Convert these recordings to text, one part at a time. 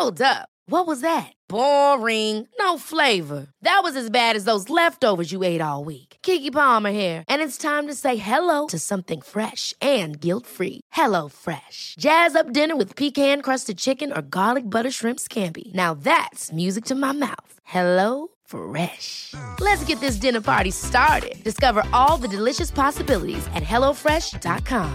Hold up. What was that? Boring. No flavor. That was as bad as those leftovers you ate all week. Keke Palmer here, and it's time to say hello to something fresh and guilt-free. Hello Fresh. Jazz up dinner with pecan-crusted chicken or garlic butter shrimp scampi. Now that's music to my mouth. Hello Fresh. Let's get this dinner party started. Discover all the delicious possibilities at hellofresh.com.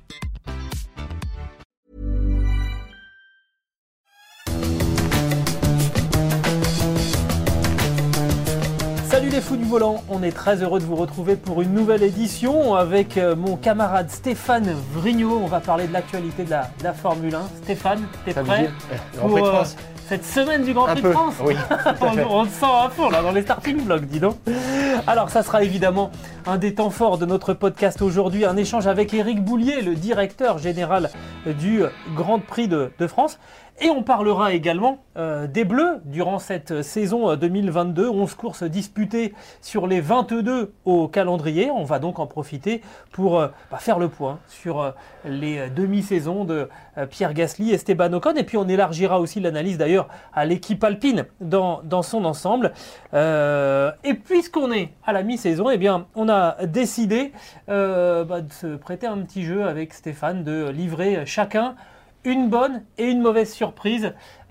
Salut les fous du volant, on est très heureux de vous retrouver pour une nouvelle édition avec mon camarade Stéphane Vrignot. On va parler de l'actualité de la Formule 1. Stéphane, t'es prêt pour cette semaine du Grand Prix de France? Oui, on te sent à fond là dans les starting blocks, dis donc. Alors ça sera évidemment un des temps forts de notre podcast aujourd'hui, un échange avec Éric Boulier, le directeur général du Grand Prix de France. Et on parlera également des Bleus durant cette saison 2022. 11 courses disputées sur les 22 au calendrier. On va donc en profiter pour faire le point sur les demi-saisons de Pierre Gasly et Esteban Ocon. Et puis on élargira aussi l'analyse d'ailleurs à l'équipe alpine dans son ensemble. Et puisqu'on est à la mi-saison, eh bien, on a décidé de se prêter un petit jeu avec Stéphane, de livrer chacun une bonne et une mauvaise surprise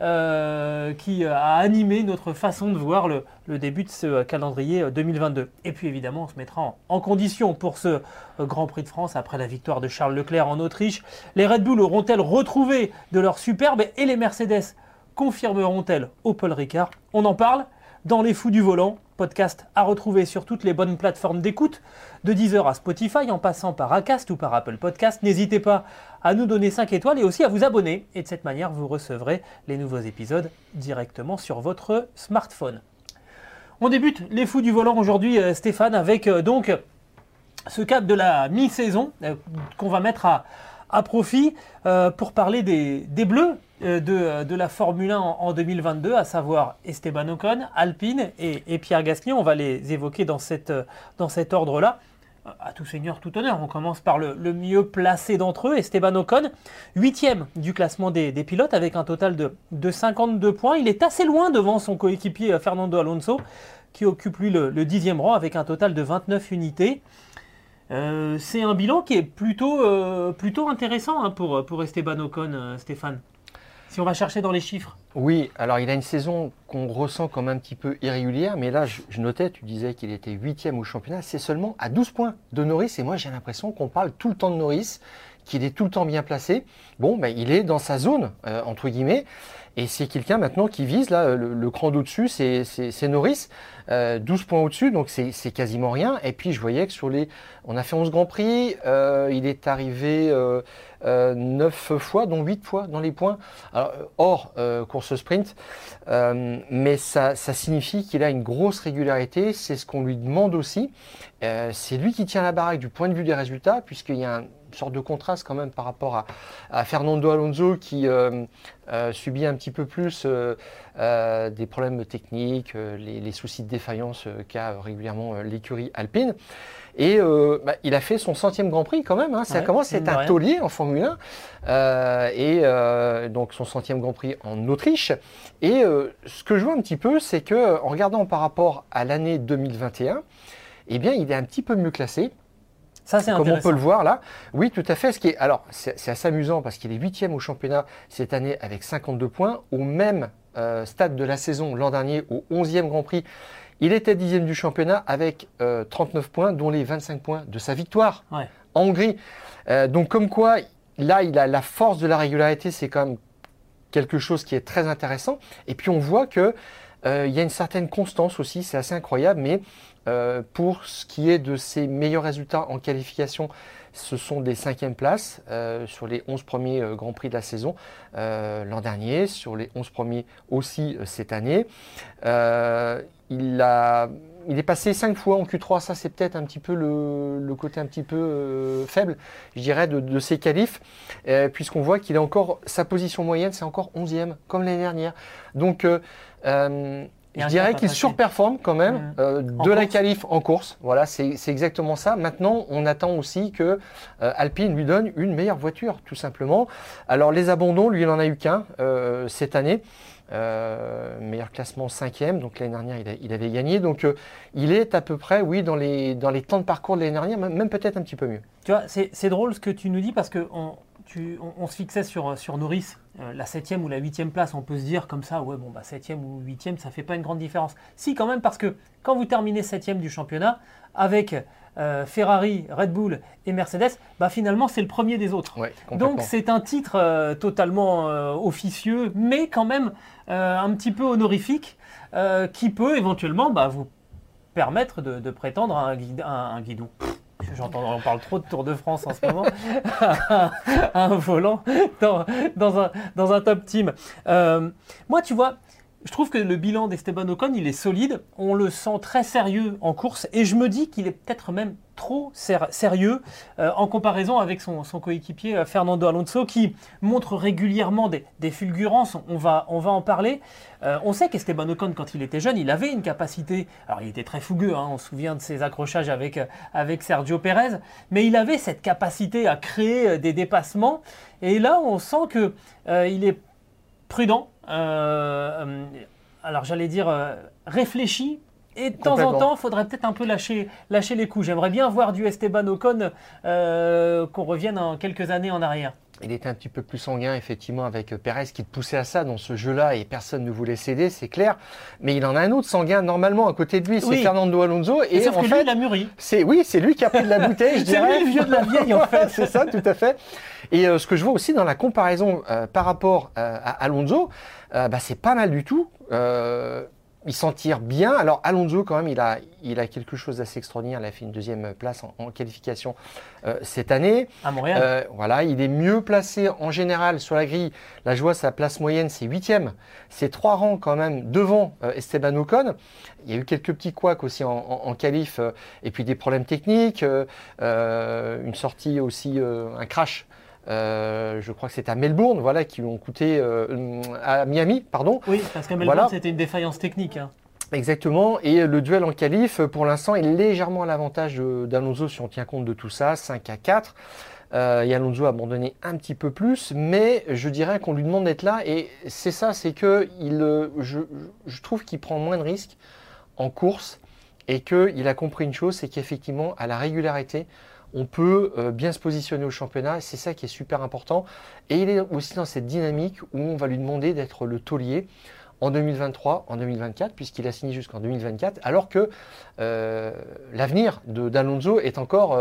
qui a animé notre façon de voir le début de ce calendrier 2022. Et puis évidemment, on se mettra en condition pour ce Grand Prix de France après la victoire de Charles Leclerc en Autriche. Les Red Bull auront-elles retrouvé de leur superbe et les Mercedes confirmeront-elles au Paul Ricard? On en parle dans Les Fous du Volant, podcast à retrouver sur toutes les bonnes plateformes d'écoute, de Deezer à Spotify, en passant par Acast ou par Apple Podcast. N'hésitez pas à nous donner 5 étoiles et aussi à vous abonner. Et de cette manière, vous recevrez les nouveaux épisodes directement sur votre smartphone. On débute Les Fous du Volant aujourd'hui, Stéphane, avec donc ce cadre de la mi-saison qu'on va mettre à profit pour parler des Bleus de la Formule 1 en 2022, à savoir Esteban Ocon, Alpine et Pierre Gasly. On va les évoquer dans cet ordre-là. À tout seigneur, tout honneur. On commence par le mieux placé d'entre eux, Esteban Ocon, 8e du classement des pilotes avec un total de 52 points. Il est assez loin devant son coéquipier Fernando Alonso, qui occupe lui le 10e rang avec un total de 29 unités. C'est un bilan qui est plutôt intéressant pour Esteban Ocon, Stéphane. Si on va chercher dans les chiffres. Oui, alors il a une saison qu'on ressent comme un petit peu irrégulière, mais là je notais, tu disais qu'il était 8e au championnat, c'est seulement à 12 points de Norris, et moi j'ai l'impression qu'on parle tout le temps de Norris, qu'il est tout le temps bien placé. Bon, il est dans sa zone, entre guillemets, et c'est quelqu'un maintenant qui vise, là, le cran d'au-dessus, c'est Norris, 12 points au-dessus, donc c'est quasiment rien. Et puis je voyais que on a fait 11 Grands Prix, il est arrivé 9 fois, dont 8 fois dans les points, alors, hors course sprint, mais ça signifie qu'il a une grosse régularité, c'est ce qu'on lui demande aussi. C'est lui qui tient la baraque du point de vue des résultats, puisqu'il y a une sorte de contraste quand même par rapport à Fernando Alonso qui subit un petit peu plus des problèmes techniques, les soucis de défaillance qu'a régulièrement l'écurie alpine. Et il a fait son 100e Grand Prix quand même, hein. Ça commence à être un taulier en Formule 1. Donc son 100e Grand Prix en Autriche. Et ce que je vois un petit peu, c'est qu'en regardant par rapport à l'année 2021, eh bien, il est un petit peu mieux classé. Ça, c'est comme on peut le voir là. Oui, tout à fait. C'est assez amusant parce qu'il est 8e au championnat cette année avec 52 points. Au même stade de la saison l'an dernier, au 11e Grand Prix, il était 10e du championnat avec 39 points, dont les 25 points de sa victoire en Hongrie. Donc comme quoi, là, il a la force de la régularité, c'est quand même quelque chose qui est très intéressant. Et puis on voit qu'il y a une certaine constance aussi, c'est assez incroyable, mais pour ce qui est de ses meilleurs résultats en qualification, ce sont des 5e places sur les 11 premiers Grands Prix de la saison l'an dernier, sur les 11 premiers aussi cette année. Il est passé 5 fois en Q3, ça c'est peut-être un petit peu le côté un petit peu faible, je dirais, de ses qualifs, puisqu'on voit qu'il a encore, sa position moyenne, c'est encore 11e, comme l'année dernière. Donc, Je dirais qu'il surperforme quand même de la qualif en course. Voilà, c'est exactement ça. Maintenant, on attend aussi que Alpine lui donne une meilleure voiture, tout simplement. Alors, les abandons, lui, il n'en a eu qu'un cette année. Meilleur classement 5e, donc l'année dernière il avait gagné, donc il est à peu près dans les temps de parcours de l'année dernière, même peut-être un petit peu mieux. Tu vois, c'est drôle ce que tu nous dis parce que on se fixait sur Norris, la 7e ou la 8e place, on peut se dire comme ça, ouais bon bah 7e ou 8e ça fait pas une grande différence. Si quand même, parce que quand vous terminez 7e du championnat avec Ferrari, Red Bull et Mercedes, bah finalement c'est le premier des autres. Ouais, donc c'est un titre totalement officieux, mais quand même un petit peu honorifique, qui peut éventuellement vous permettre de prétendre à un guidon. On parle trop de Tour de France en ce moment, un volant dans un top team. Moi, tu vois, je trouve que le bilan d'Esteban Ocon, il est solide. On le sent très sérieux en course et je me dis qu'il est peut-être même trop sérieux en comparaison avec son coéquipier Fernando Alonso qui montre régulièrement des fulgurances. On va en parler. On sait qu'Esteban Ocon, quand il était jeune, il avait une capacité. Alors, il était très fougueux, on se souvient de ses accrochages avec Sergio Pérez, mais il avait cette capacité à créer des dépassements. Et là, on sent qu'il est prudent. Alors, j'allais dire réfléchi. Et de temps en temps, il faudrait peut-être un peu lâcher les coups. J'aimerais bien voir du Esteban Ocon, qu'on revienne en quelques années en arrière. Il était un petit peu plus sanguin, effectivement, avec Pérez qui le poussait à ça dans ce jeu-là et personne ne voulait céder, c'est clair. Mais il en a un autre sanguin, normalement, à côté de lui, c'est Fernando Alonso. Et sauf que lui, il a mûri. C'est lui qui a pris de la bouteille, je dirais. C'est lui le vieux de la vieille, en fait. C'est ça, tout à fait. Et ce que je vois aussi dans la comparaison par rapport à Alonso, c'est pas mal du tout. Il s'en tire bien. Alors Alonso, quand même, il a quelque chose d'assez extraordinaire. Il a fait une deuxième place en qualification cette année. À Montréal. Voilà, il est mieux placé en général sur la grille. Là, je vois sa place moyenne, c'est 8e. C'est 3 rangs quand même devant Esteban Ocon. Il y a eu quelques petits couacs aussi en qualif et puis des problèmes techniques. Une sortie aussi, un crash. Je crois que c'est à Melbourne, voilà, qui lui ont coûté à Miami, pardon. Oui, parce qu'à Melbourne, c'était une défaillance technique. Exactement, et le duel en qualif, pour l'instant, est légèrement à l'avantage d'Alonso si on tient compte de tout ça, 5-4. Et Alonso a abandonné un petit peu plus, mais je dirais qu'on lui demande d'être là, et c'est ça, c'est que je trouve qu'il prend moins de risques en course, et qu'il a compris une chose, c'est qu'effectivement, à la régularité, on peut bien se positionner au championnat, c'est ça qui est super important. Et il est aussi dans cette dynamique où on va lui demander d'être le taulier en 2023, en 2024, puisqu'il a signé jusqu'en 2024, alors que l'avenir d'Alonso est encore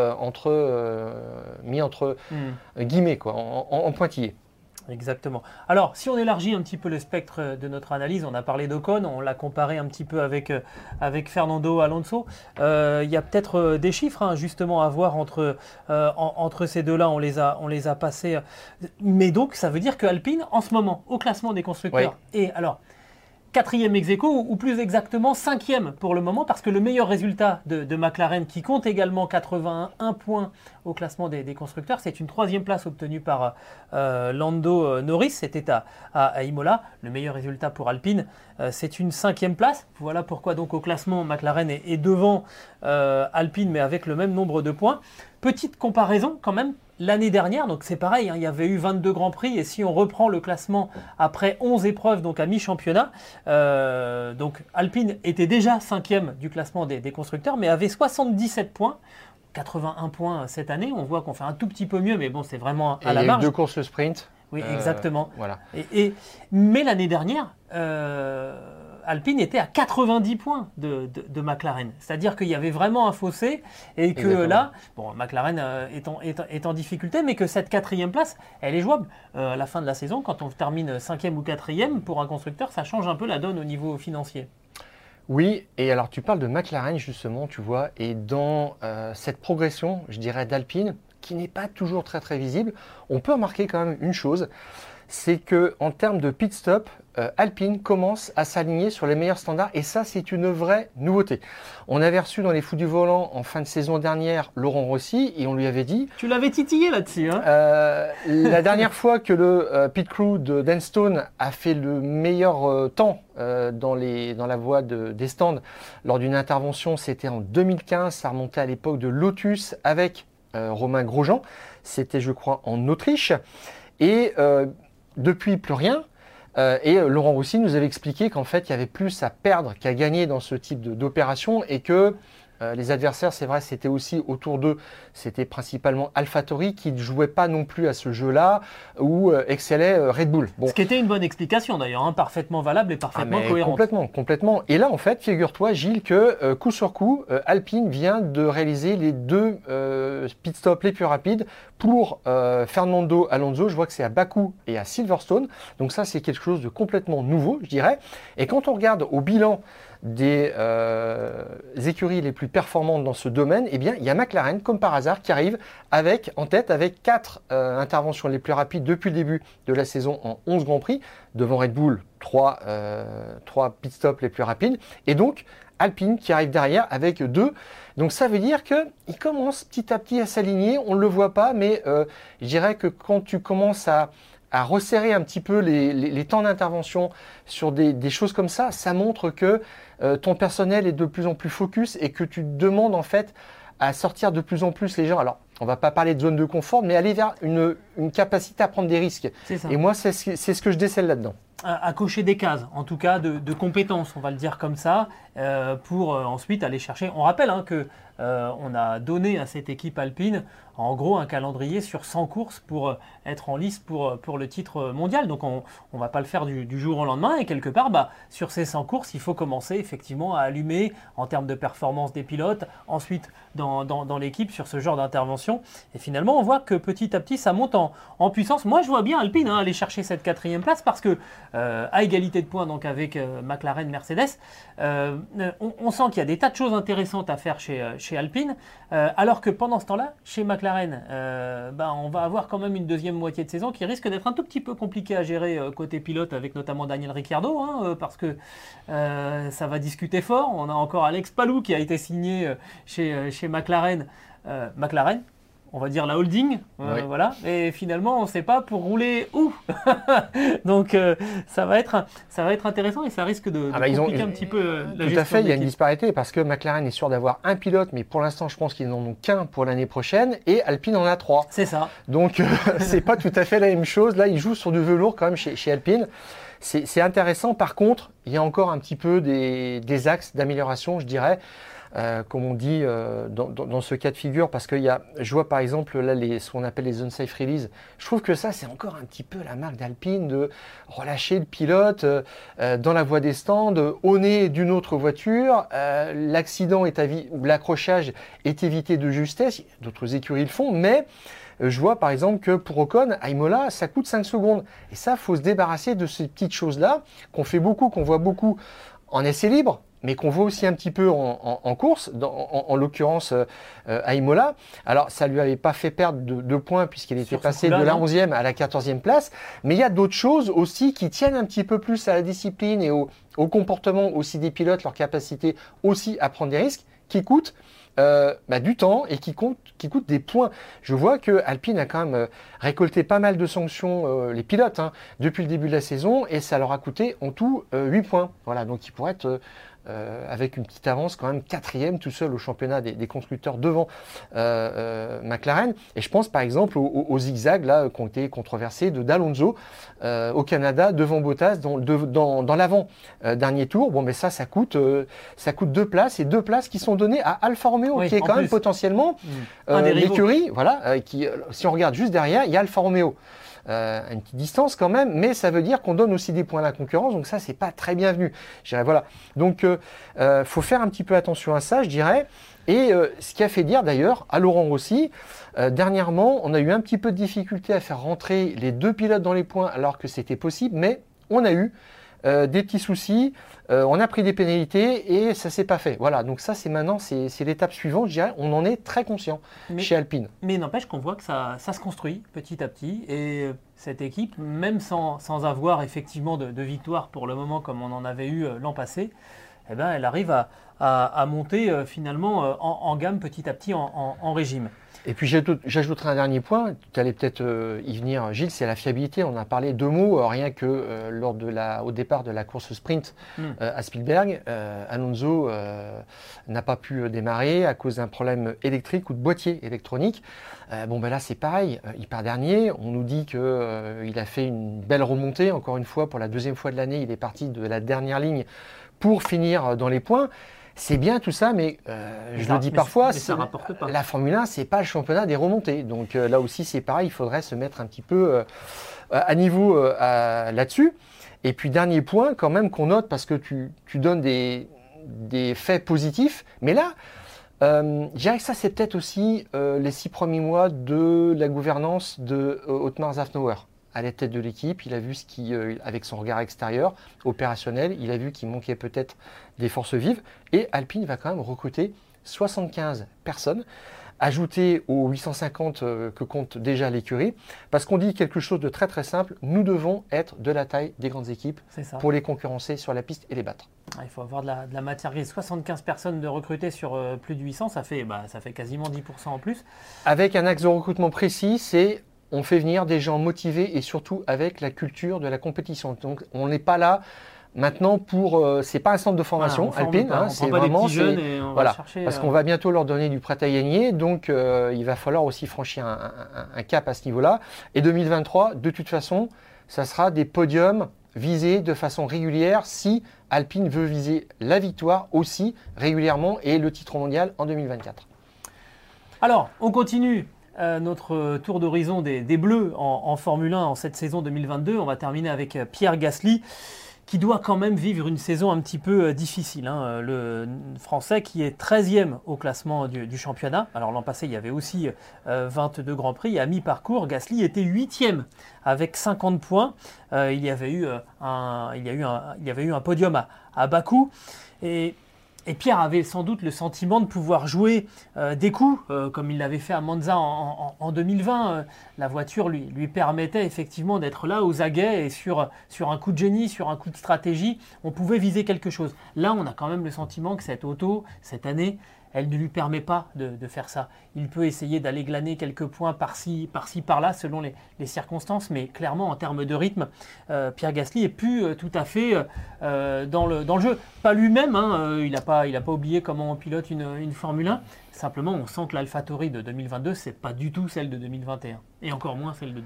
mis entre guillemets, quoi, en pointillé. Exactement. Alors, si on élargit un petit peu le spectre de notre analyse, on a parlé d'Ocon, on l'a comparé un petit peu avec Fernando Alonso. Il y a peut-être des chiffres justement à voir entre ces deux-là, on les a passés. Mais donc, ça veut dire que Alpine, en ce moment, au classement des constructeurs, et alors 4e ex-aequo, ou plus exactement 5e pour le moment, parce que le meilleur résultat de McLaren, qui compte également 81 points au classement des constructeurs, c'est une 3e place obtenue par Lando Norris, c'était à Imola. Le meilleur résultat pour Alpine, c'est une 5e place. Voilà pourquoi donc au classement, McLaren est devant Alpine, mais avec le même nombre de points. Petite comparaison quand même. L'année dernière, donc c'est pareil, il y avait eu 22 Grands Prix, et si on reprend le classement après 11 épreuves, donc à mi-championnat, donc Alpine était déjà 5e du classement des constructeurs, mais avait 77 points, 81 points cette année. On voit qu'on fait un tout petit peu mieux, mais bon, c'est vraiment à la marge. Il y a eu 2 courses sprint. Oui, exactement. Voilà. Mais l'année dernière, Alpine était à 90 points de McLaren. C'est-à-dire qu'il y avait vraiment un fossé et que exactement. Là, bon, McLaren est en difficulté, mais que cette 4e place, elle est jouable. À la fin de la saison, quand on termine 5e ou 4e, pour un constructeur, ça change un peu la donne au niveau financier. Oui, et alors tu parles de McLaren justement, tu vois, et dans cette progression, je dirais, d'Alpine, qui n'est pas toujours très très visible. On peut remarquer quand même une chose, c'est qu'en termes de pit stop, Alpine commence à s'aligner sur les meilleurs standards et ça c'est une vraie nouveauté. On avait reçu dans les Fous du Volant en fin de saison dernière Laurent Rossi et on lui avait dit... Tu l'avais titillé là-dessus hein. La dernière fois que le pit crew de d'Enstone a fait le meilleur temps dans la voie des stands lors d'une intervention, c'était en 2015, ça remontait à l'époque de Lotus avec Romain Grosjean, c'était je crois en Autriche et depuis plus rien. Et Laurent Rossi nous avait expliqué qu'en fait, il y avait plus à perdre qu'à gagner dans ce type d'opération et que les adversaires, c'est vrai, c'était aussi autour d'eux, c'était principalement AlphaTauri qui ne jouait pas non plus à ce jeu-là où excellait Red Bull. Bon. Ce qui était une bonne explication d'ailleurs, hein, parfaitement valable et parfaitement cohérente. Complètement. Et là, en fait, figure-toi, Gilles, que coup sur coup, Alpine vient de réaliser les 2 pit stops les plus rapides pour Fernando Alonso. Je vois que c'est à Bakou et à Silverstone. Donc ça, c'est quelque chose de complètement nouveau, je dirais. Et quand on regarde au bilan des écuries les plus performantes dans ce domaine, eh bien, il y a McLaren, comme par hasard, qui arrive en tête avec 4 interventions les plus rapides depuis le début de la saison en 11 Grands Prix, devant Red Bull, 3 pit stops les plus rapides, et donc Alpine qui arrive derrière avec 2. Donc ça veut dire qu'il commence petit à petit à s'aligner, on ne le voit pas, mais je dirais que quand tu commences à resserrer un petit peu les temps d'intervention sur des choses comme ça, ça montre que ton personnel est de plus en plus focus et que tu demandes en fait à sortir de plus en plus les gens. Alors, on ne va pas parler de zone de confort, mais aller vers une capacité à prendre des risques. Et moi, c'est ce que je décèle là-dedans. À cocher des cases, en tout cas de compétences, on va le dire comme ça, pour ensuite aller chercher. On rappelle que on a donné à cette équipe alpine en gros un calendrier sur 100 courses pour être en lice pour le titre mondial. Donc on ne va pas le faire du jour au lendemain et quelque part sur ces 100 courses il faut commencer effectivement à allumer en termes de performance des pilotes, ensuite dans l'équipe sur ce genre d'intervention et finalement on voit que petit à petit ça monte en puissance. Moi je vois bien Alpine aller chercher cette 4e place parce que à égalité de points donc avec McLaren, Mercedes, on sent qu'il y a des tas de choses intéressantes à faire chez Alpine, alors que pendant ce temps-là, chez McLaren, on va avoir quand même une deuxième moitié de saison qui risque d'être un tout petit peu compliquée à gérer côté pilote avec notamment Daniel Ricciardo, parce que ça va discuter fort. On a encore Alex Palou qui a été signé chez McLaren. McLaren, on va dire la holding, oui. Voilà. Et finalement, on ne sait pas pour rouler où. Donc, ça va être intéressant et ça risque de compliquer un petit peu la gestion. Tout à fait, il y a une disparité parce que McLaren est sûr d'avoir un pilote, mais pour l'instant, je pense qu'ils n'en ont qu'un pour l'année prochaine et Alpine en a 3. C'est ça. Donc, c'est pas tout à fait la même chose. Là, ils jouent sur du velours quand même chez Alpine. C'est intéressant. Par contre, il y a encore un petit peu des axes d'amélioration, je dirais. Comme on dit dans ce cas de figure, parce que je vois par exemple là ce qu'on appelle les unsafe release. Je trouve que ça c'est encore un petit peu la marque d'Alpine de relâcher le pilote dans la voie des stands, au nez d'une autre voiture. L'accident ou l'accrochage est évité de justesse. D'autres écuries le font, mais je vois par exemple que pour Ocon, à Imola, ça coûte 5 secondes. Et ça, il faut se débarrasser de ces petites choses-là qu'on voit beaucoup en essai libre, mais qu'on voit aussi un petit peu en course, en l'occurrence à Imola. Alors, ça ne lui avait pas fait perdre de points puisqu'il était passé de la 11e à la 14e place, mais il y a d'autres choses aussi qui tiennent un petit peu plus à la discipline et au comportement aussi des pilotes, leur capacité aussi à prendre des risques, qui coûtent du temps et qui coûtent des points. Je vois que Alpine a quand même récolté pas mal de sanctions, les pilotes, depuis le début de la saison, et ça leur a coûté en tout 8 points. Voilà, donc ils pourraient être avec une petite avance quand même 4e tout seul au championnat des constructeurs devant McLaren. Et je pense par exemple aux zigzags là, qui ont été controversés d'Alonso au Canada devant Bottas dans l'avant dernier tour. Bon, mais ça coûte 2 places et 2 places qui sont données à Alfa Romeo, qui est quand même potentiellement l'écurie. Voilà, si on regarde juste derrière, il y a Alfa Romeo. Une petite distance quand même, mais ça veut dire qu'on donne aussi des points à la concurrence, donc ça c'est pas très bienvenu. Je dirais, voilà. Donc faut faire un petit peu attention à ça, je dirais. Et ce qui a fait dire d'ailleurs à Laurent Rossi, dernièrement, on a eu un petit peu de difficulté à faire rentrer les 2 pilotes dans les points alors que c'était possible, mais on a eu des petits soucis, on a pris des pénalités et ça s'est pas fait. Voilà, donc ça c'est l'étape suivante, je dirais, on en est très conscient chez Alpine. Mais n'empêche qu'on voit que ça se construit petit à petit et cette équipe, même sans avoir effectivement de victoire pour le moment comme on en avait eu l'an passé, eh ben, elle arrive à monter finalement en gamme petit à petit en régime. Et puis j'ajouterai un dernier point, tu allais peut-être y venir Gilles, c'est la fiabilité. On a parlé 2 mots, rien que au départ de la course sprint à Spielberg, Alonso n'a pas pu démarrer à cause d'un problème électrique ou de boîtier électronique. Là c'est pareil, il part dernier, on nous dit qu'il a fait une belle remontée, encore une fois pour la 2e fois de l'année, il est parti de la dernière ligne pour finir dans les points. C'est bien tout ça, mais je le dis parfois, ça rapporte pas. La Formule 1, c'est pas le championnat des remontées. Donc là aussi, c'est pareil, il faudrait se mettre un petit peu à niveau là-dessus. Et puis, dernier point, quand même, qu'on note, parce que tu donnes des faits positifs. Mais là, je dirais que ça, c'est peut-être aussi les 6 premiers mois de la gouvernance de Otmar Szafnauer. À la tête de l'équipe, il a vu avec son regard extérieur, opérationnel, il a vu qu'il manquait peut-être des forces vives. Et Alpine va quand même recruter 75 personnes, ajoutées aux 850 que compte déjà l'écurie, parce qu'on dit quelque chose de très très simple, nous devons être de la taille des grandes équipes pour les concurrencer sur la piste et les battre. Il faut avoir de la matière grise. 75 personnes de recruter sur plus de 800, ça fait quasiment 10% en plus. Avec un axe de recrutement précis, c'est on fait venir des gens motivés et surtout avec la culture de la compétition. Donc on n'est pas là maintenant c'est pas un centre de formation Alpine, c'est vraiment jeunes et on va chercher, parce qu'on va bientôt leur donner du prêt à gagner, donc il va falloir aussi franchir un cap à ce niveau-là. Et 2023, de toute façon, ça sera des podiums visés de façon régulière si Alpine veut viser la victoire aussi régulièrement et le titre mondial en 2024. Alors, on continue. Notre tour d'horizon des Bleus en Formule 1 en cette saison 2022. On va terminer avec Pierre Gasly qui doit quand même vivre une saison un petit peu difficile. Le Français qui est 13e au classement du championnat. Alors l'an passé, il y avait aussi 22 Grands Prix. À mi-parcours, Gasly était 8e avec 50 points. Il y avait eu un podium à Bakou. Et Pierre avait sans doute le sentiment de pouvoir jouer des coups, comme il l'avait fait à Monza en 2020. La voiture lui permettait effectivement d'être là aux aguets et sur un coup de génie, sur un coup de stratégie, on pouvait viser quelque chose. Là, on a quand même le sentiment que cette auto, cette année, elle ne lui permet pas de faire ça. Il peut essayer d'aller glaner quelques points par-ci, par-là, selon les circonstances, mais clairement, en termes de rythme, Pierre Gasly est plus tout à fait dans le jeu. Pas lui-même, il n'a pas oublié comment on pilote une Formule 1. Simplement, on sent que l'AlphaTauri de 2022, ce n'est pas du tout celle de 2021, et encore moins celle de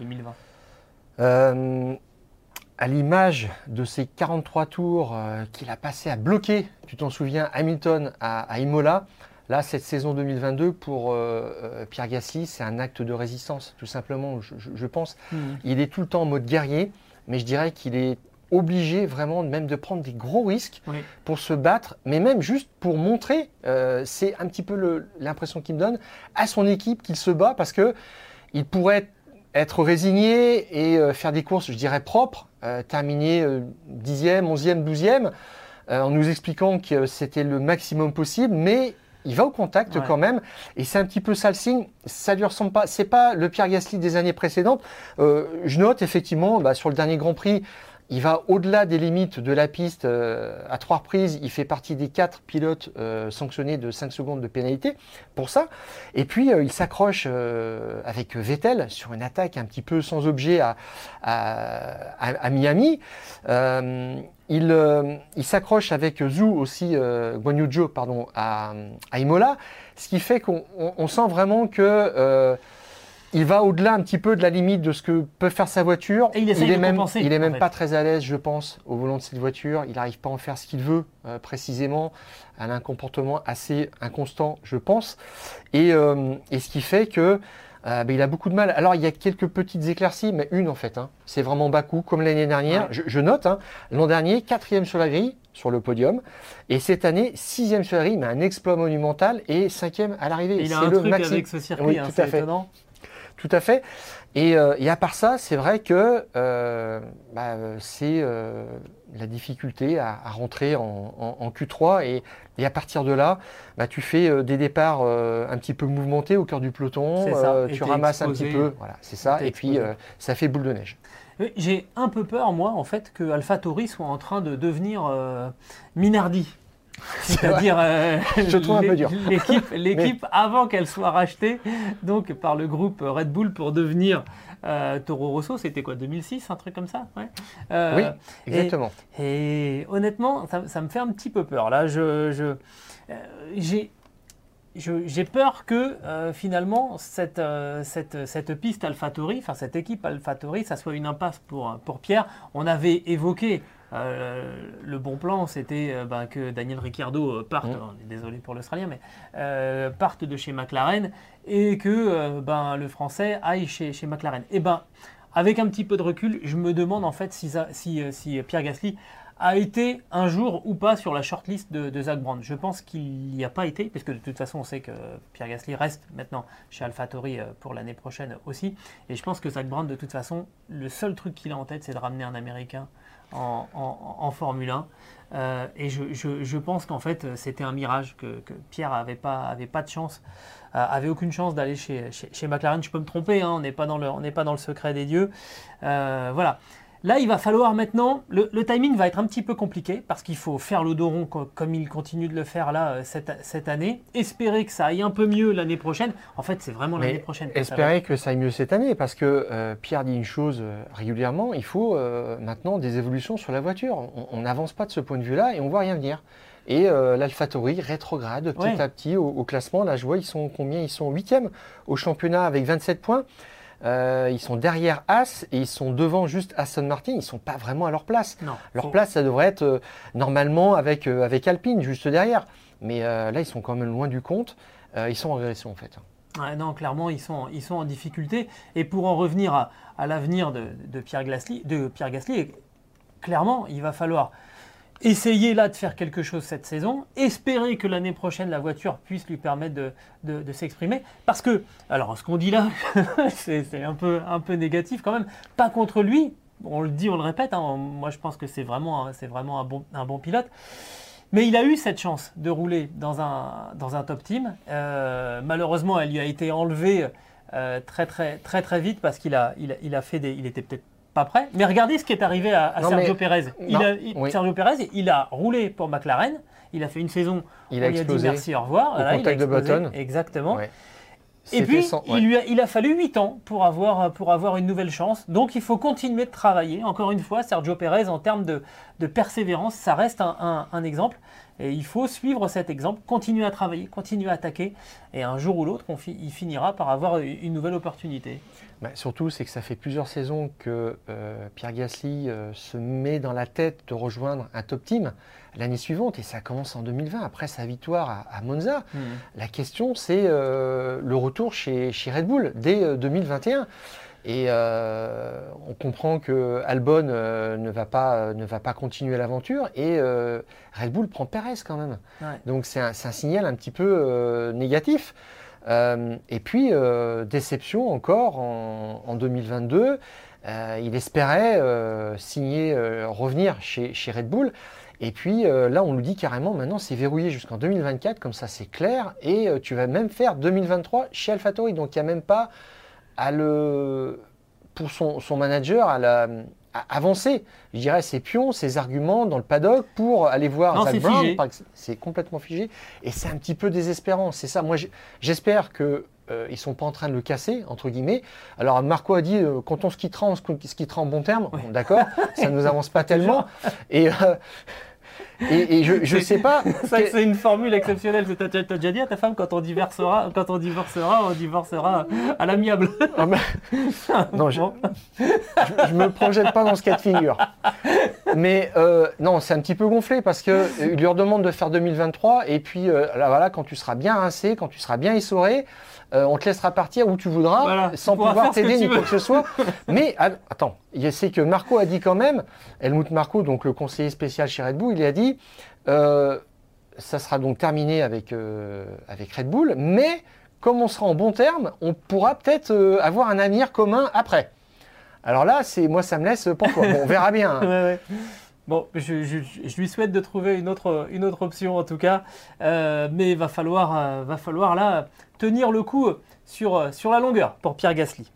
2020. À l'image de ces 43 tours qu'il a passé à bloquer, tu t'en souviens, Hamilton à Imola. Là, cette saison 2022, pour Pierre Gasly, c'est un acte de résistance, tout simplement, je pense. Il est tout le temps en mode guerrier, mais je dirais qu'il est obligé vraiment même de prendre des gros risques pour se battre, mais même juste pour montrer, c'est un petit peu l'impression qu'il me donne, à son équipe qu'il se bat, parce qu'il pourrait être résigné et faire des courses, je dirais, propres, terminer 10e, 11e, 12e, en nous expliquant que c'était le maximum possible, mais il va au contact quand même, et c'est un petit peu ça le signe. Ça lui ressemble pas, c'est pas le Pierre Gasly des années précédentes. Je note effectivement, sur le dernier Grand Prix, il va au-delà des limites de la piste à 3 reprises. Il fait partie des 4 pilotes sanctionnés de 5 secondes de pénalité pour ça. Et puis, il s'accroche avec Vettel sur une attaque un petit peu sans objet à Miami. Il s'accroche avec Zhou aussi, Guan Yu Zhou, pardon, à Imola. Ce qui fait qu'on sent vraiment que... il va au-delà un petit peu de la limite de ce que peut faire sa voiture. Et il est même pas très à l'aise, je pense, au volant de cette voiture. Il n'arrive pas à en faire ce qu'il veut précisément. Elle a un comportement assez inconstant, je pense. Et ce qui fait que il a beaucoup de mal. Alors, il y a quelques petites éclaircies, mais une en fait. C'est vraiment Bakou, comme l'année dernière. Je note, l'an dernier, 4e sur la grille, sur le podium. Et cette année, 6e sur la grille, mais un exploit monumental et 5e à l'arrivée. Il a un truc avec ce circuit, c'est étonnant. tout à fait. Et à part ça, c'est vrai que c'est la difficulté à rentrer en Q3 et à partir de là, tu fais des départs un petit peu mouvementés au cœur du peloton, tu ramasses un petit peu, voilà, c'est ça, et puis ça fait boule de neige. J'ai un peu peur, moi, en fait, que AlphaTauri soit en train de devenir Minardi. C'est-à-dire je trouve un peu dur. l'équipe avant qu'elle soit rachetée donc, par le groupe Red Bull pour devenir Toro Rosso, c'était quoi, 2006, un truc comme ça, ouais. Oui, exactement. Et honnêtement, ça me fait un petit peu peur. Là, j'ai peur que finalement cette piste AlphaTauri, enfin cette équipe AlphaTauri, ça soit une impasse pour Pierre. On avait évoqué le bon plan, c'était que Daniel Ricciardo parte, désolé pour l'Australien, mais parte de chez McLaren et que le Français aille chez McLaren. Et avec un petit peu de recul, je me demande en fait si Pierre Gasly a été un jour ou pas sur la shortlist de Zak Brown. Je pense qu'il n'y a pas été, parce que de toute façon, on sait que Pierre Gasly reste maintenant chez AlphaTauri pour l'année prochaine aussi. Et je pense que Zak Brown, de toute façon, le seul truc qu'il a en tête, c'est de ramener un Américain en Formule 1. Et je pense qu'en fait, c'était un mirage, que Pierre avait pas de chance, avait aucune chance d'aller chez McLaren. Je peux me tromper, hein, on n'est pas dans le secret des dieux. Voilà. Là, il va falloir maintenant, le timing va être un petit peu compliqué parce qu'il faut faire le dos rond comme il continue de le faire là cette année. Espérer que ça aille un peu mieux l'année prochaine. En fait, c'est vraiment l'année prochaine. Espérer que ça aille mieux cette année parce que Pierre dit une chose régulièrement, il faut maintenant des évolutions sur la voiture. On n'avance pas de ce point de vue-là et on ne voit rien venir. Et l'AlphaTauri rétrograde petit à petit au classement. Là, je vois, ils sont combien ? Ils sont 8e au championnat avec 27 points. Ils sont derrière Haas et ils sont devant juste Aston Martin. Ils ne sont pas vraiment à leur place. Place, ça devrait être normalement avec Alpine juste derrière. Mais là, ils sont quand même loin du compte. Ils sont en régression en fait. Ouais, non, clairement, ils sont en difficulté. Et pour en revenir à l'avenir de Pierre Gasly, clairement, il va falloir essayer là de faire quelque chose cette saison, espérer que l'année prochaine la voiture puisse lui permettre de s'exprimer. Parce que, alors ce qu'on dit là, c'est un peu négatif quand même, pas contre lui, on le dit, on le répète, hein, moi je pense que c'est vraiment un bon pilote. Mais il a eu cette chance de rouler dans un top team. Malheureusement, elle lui a été enlevée très vite parce qu'il était peut-être pas prêt. Mais regardez ce qui est arrivé à Sergio Pérez. Sergio Pérez, il a roulé pour McLaren. Il a fait une saison où il a dit merci, au revoir. Au contact de Button. Exactement. Ouais. Et puis, il a fallu 8 ans pour avoir une nouvelle chance. Donc, il faut continuer de travailler. Encore une fois, Sergio Pérez, en termes de persévérance, ça reste un exemple. Et il faut suivre cet exemple, continuer à travailler, continuer à attaquer. Et un jour ou l'autre, il finira par avoir une nouvelle opportunité. Surtout, c'est que ça fait plusieurs saisons que Pierre Gasly se met dans la tête de rejoindre un top team l'année suivante. Et ça commence en 2020, après sa victoire à Monza. La question, c'est le retour chez Red Bull dès 2021. Et on comprend que Albon ne va pas continuer l'aventure et Red Bull prend Pérez quand même. Ouais. Donc c'est un signal un petit peu négatif. Et puis déception encore en 2022. Il espérait revenir chez Red Bull. Et puis là, on nous dit carrément maintenant c'est verrouillé jusqu'en 2024, comme ça c'est clair. Et tu vas même faire 2023 chez AlphaTauri. Donc il n'y a même pas pour son manager à avancer, je dirais, ses pions, ses arguments dans le paddock pour aller voir Zak Brown. C'est complètement figé et c'est un petit peu désespérant. C'est ça. Moi, j'espère que ils sont pas en train de le casser entre guillemets. Alors Marco a dit quand on se quittera en bon terme. Bon, d'accord, ça nous avance pas tellement. Et je sais pas. C'est une formule exceptionnelle. Tu as déjà dit à ta femme quand on divorcera, on divorcera à l'amiable. Non, je me projette pas dans ce cas de figure. Mais non, c'est un petit peu gonflé parce que il leur demande de faire 2023 et puis là voilà, quand tu seras bien rincé, quand tu seras bien essoré, on te laissera partir où tu voudras, sans pouvoir t'aider ni quoi que ce soit. Mais attends, c'est que Marco a dit quand même, Helmut Marko, donc le conseiller spécial chez Red Bull, il a dit, ça sera donc terminé avec Red Bull, mais comme on sera en bon terme, on pourra peut-être avoir un avenir commun après. Alors là, moi, ça me laisse pantois. Bon, on verra bien. Hein. Ouais. Bon, je lui souhaite de trouver une autre option en tout cas, mais il va falloir là tenir le coup sur la longueur pour Pierre Gasly.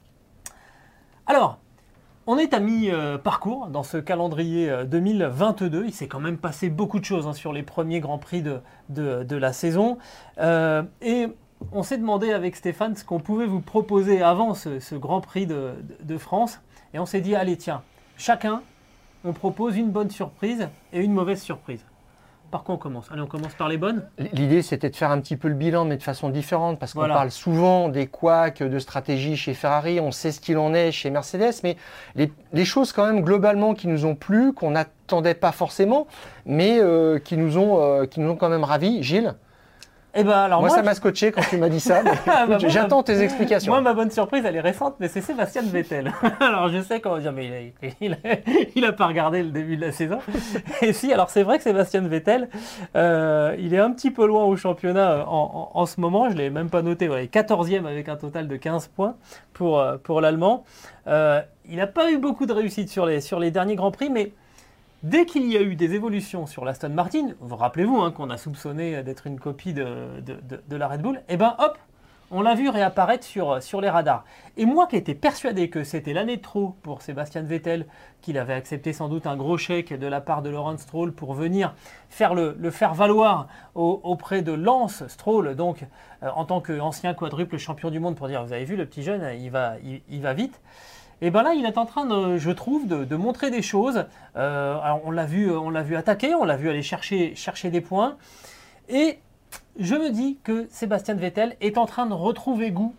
Alors, on est à mi-parcours dans ce calendrier 2022. Il s'est quand même passé beaucoup de choses sur les premiers Grands Prix de la saison. Et on s'est demandé avec Stéphane ce qu'on pouvait vous proposer avant ce Grand Prix de France. Et on s'est dit, allez tiens, chacun, on propose une bonne surprise et une mauvaise surprise. Par quoi on commence ? Allez, on commence par les bonnes. L'idée, c'était de faire un petit peu le bilan, mais de façon différente, parce qu'on parle souvent des couacs de stratégie chez Ferrari, on sait ce qu'il en est chez Mercedes, mais les choses quand même globalement qui nous ont plu, qu'on n'attendait pas forcément, mais qui nous ont quand même ravis. Gilles ? Eh ben, alors moi, ça m'a scotché quand tu m'as dit ça. J'attends tes explications. Moi, ma bonne surprise, elle est récente, mais c'est Sébastien Vettel. Alors, je sais qu'on va dire, mais il a pas regardé le début de la saison. Et si, alors c'est vrai que Sébastien Vettel, il est un petit peu loin au championnat en ce moment. Je ne l'ai même pas noté. Il est 14e avec un total de 15 points pour l'Allemand. Il n'a pas eu beaucoup de réussite sur les derniers Grands Prix, mais dès qu'il y a eu des évolutions sur l'Aston Martin, vous rappelez-vous qu'on a soupçonné d'être une copie de la Red Bull, et ben hop, on l'a vu réapparaître sur les radars. Et moi qui étais persuadé que c'était l'année de trop pour Sébastien Vettel, qu'il avait accepté sans doute un gros chèque de la part de Lawrence Stroll pour venir le faire valoir auprès de Lance Stroll, donc en tant qu'ancien quadruple champion du monde, pour dire, vous avez vu le petit jeune, il va vite. Et bien là, il est en train, je trouve, de montrer des choses. Alors on l'a vu attaquer, on l'a vu aller chercher des points. Et je me dis que Sébastien Vettel est en train de retrouver goût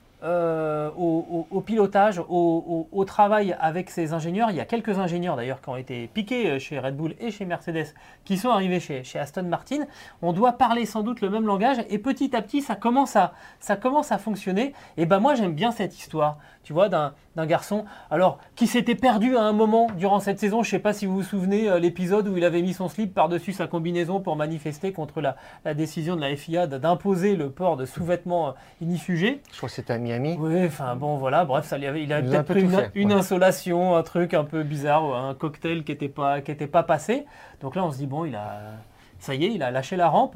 au pilotage, au travail avec ses ingénieurs. Il y a quelques ingénieurs d'ailleurs qui ont été piqués chez Red Bull et chez Mercedes, qui sont arrivés chez Aston Martin. On doit parler sans doute le même langage et petit à petit ça commence à fonctionner. Et ben moi j'aime bien cette histoire, tu vois, d'un garçon qui s'était perdu à un moment durant cette saison. Je ne sais pas si vous vous souvenez l'épisode où il avait mis son slip par-dessus sa combinaison pour manifester contre la décision de la FIA d'imposer le port de sous-vêtements inifugés. Je crois que c'était à Miami. Oui, enfin bon voilà, bref, il a peut-être pris une insolation, un truc un peu bizarre, un cocktail qui n'était pas passé. Donc là on se dit bon, ça y est, il a lâché la rampe.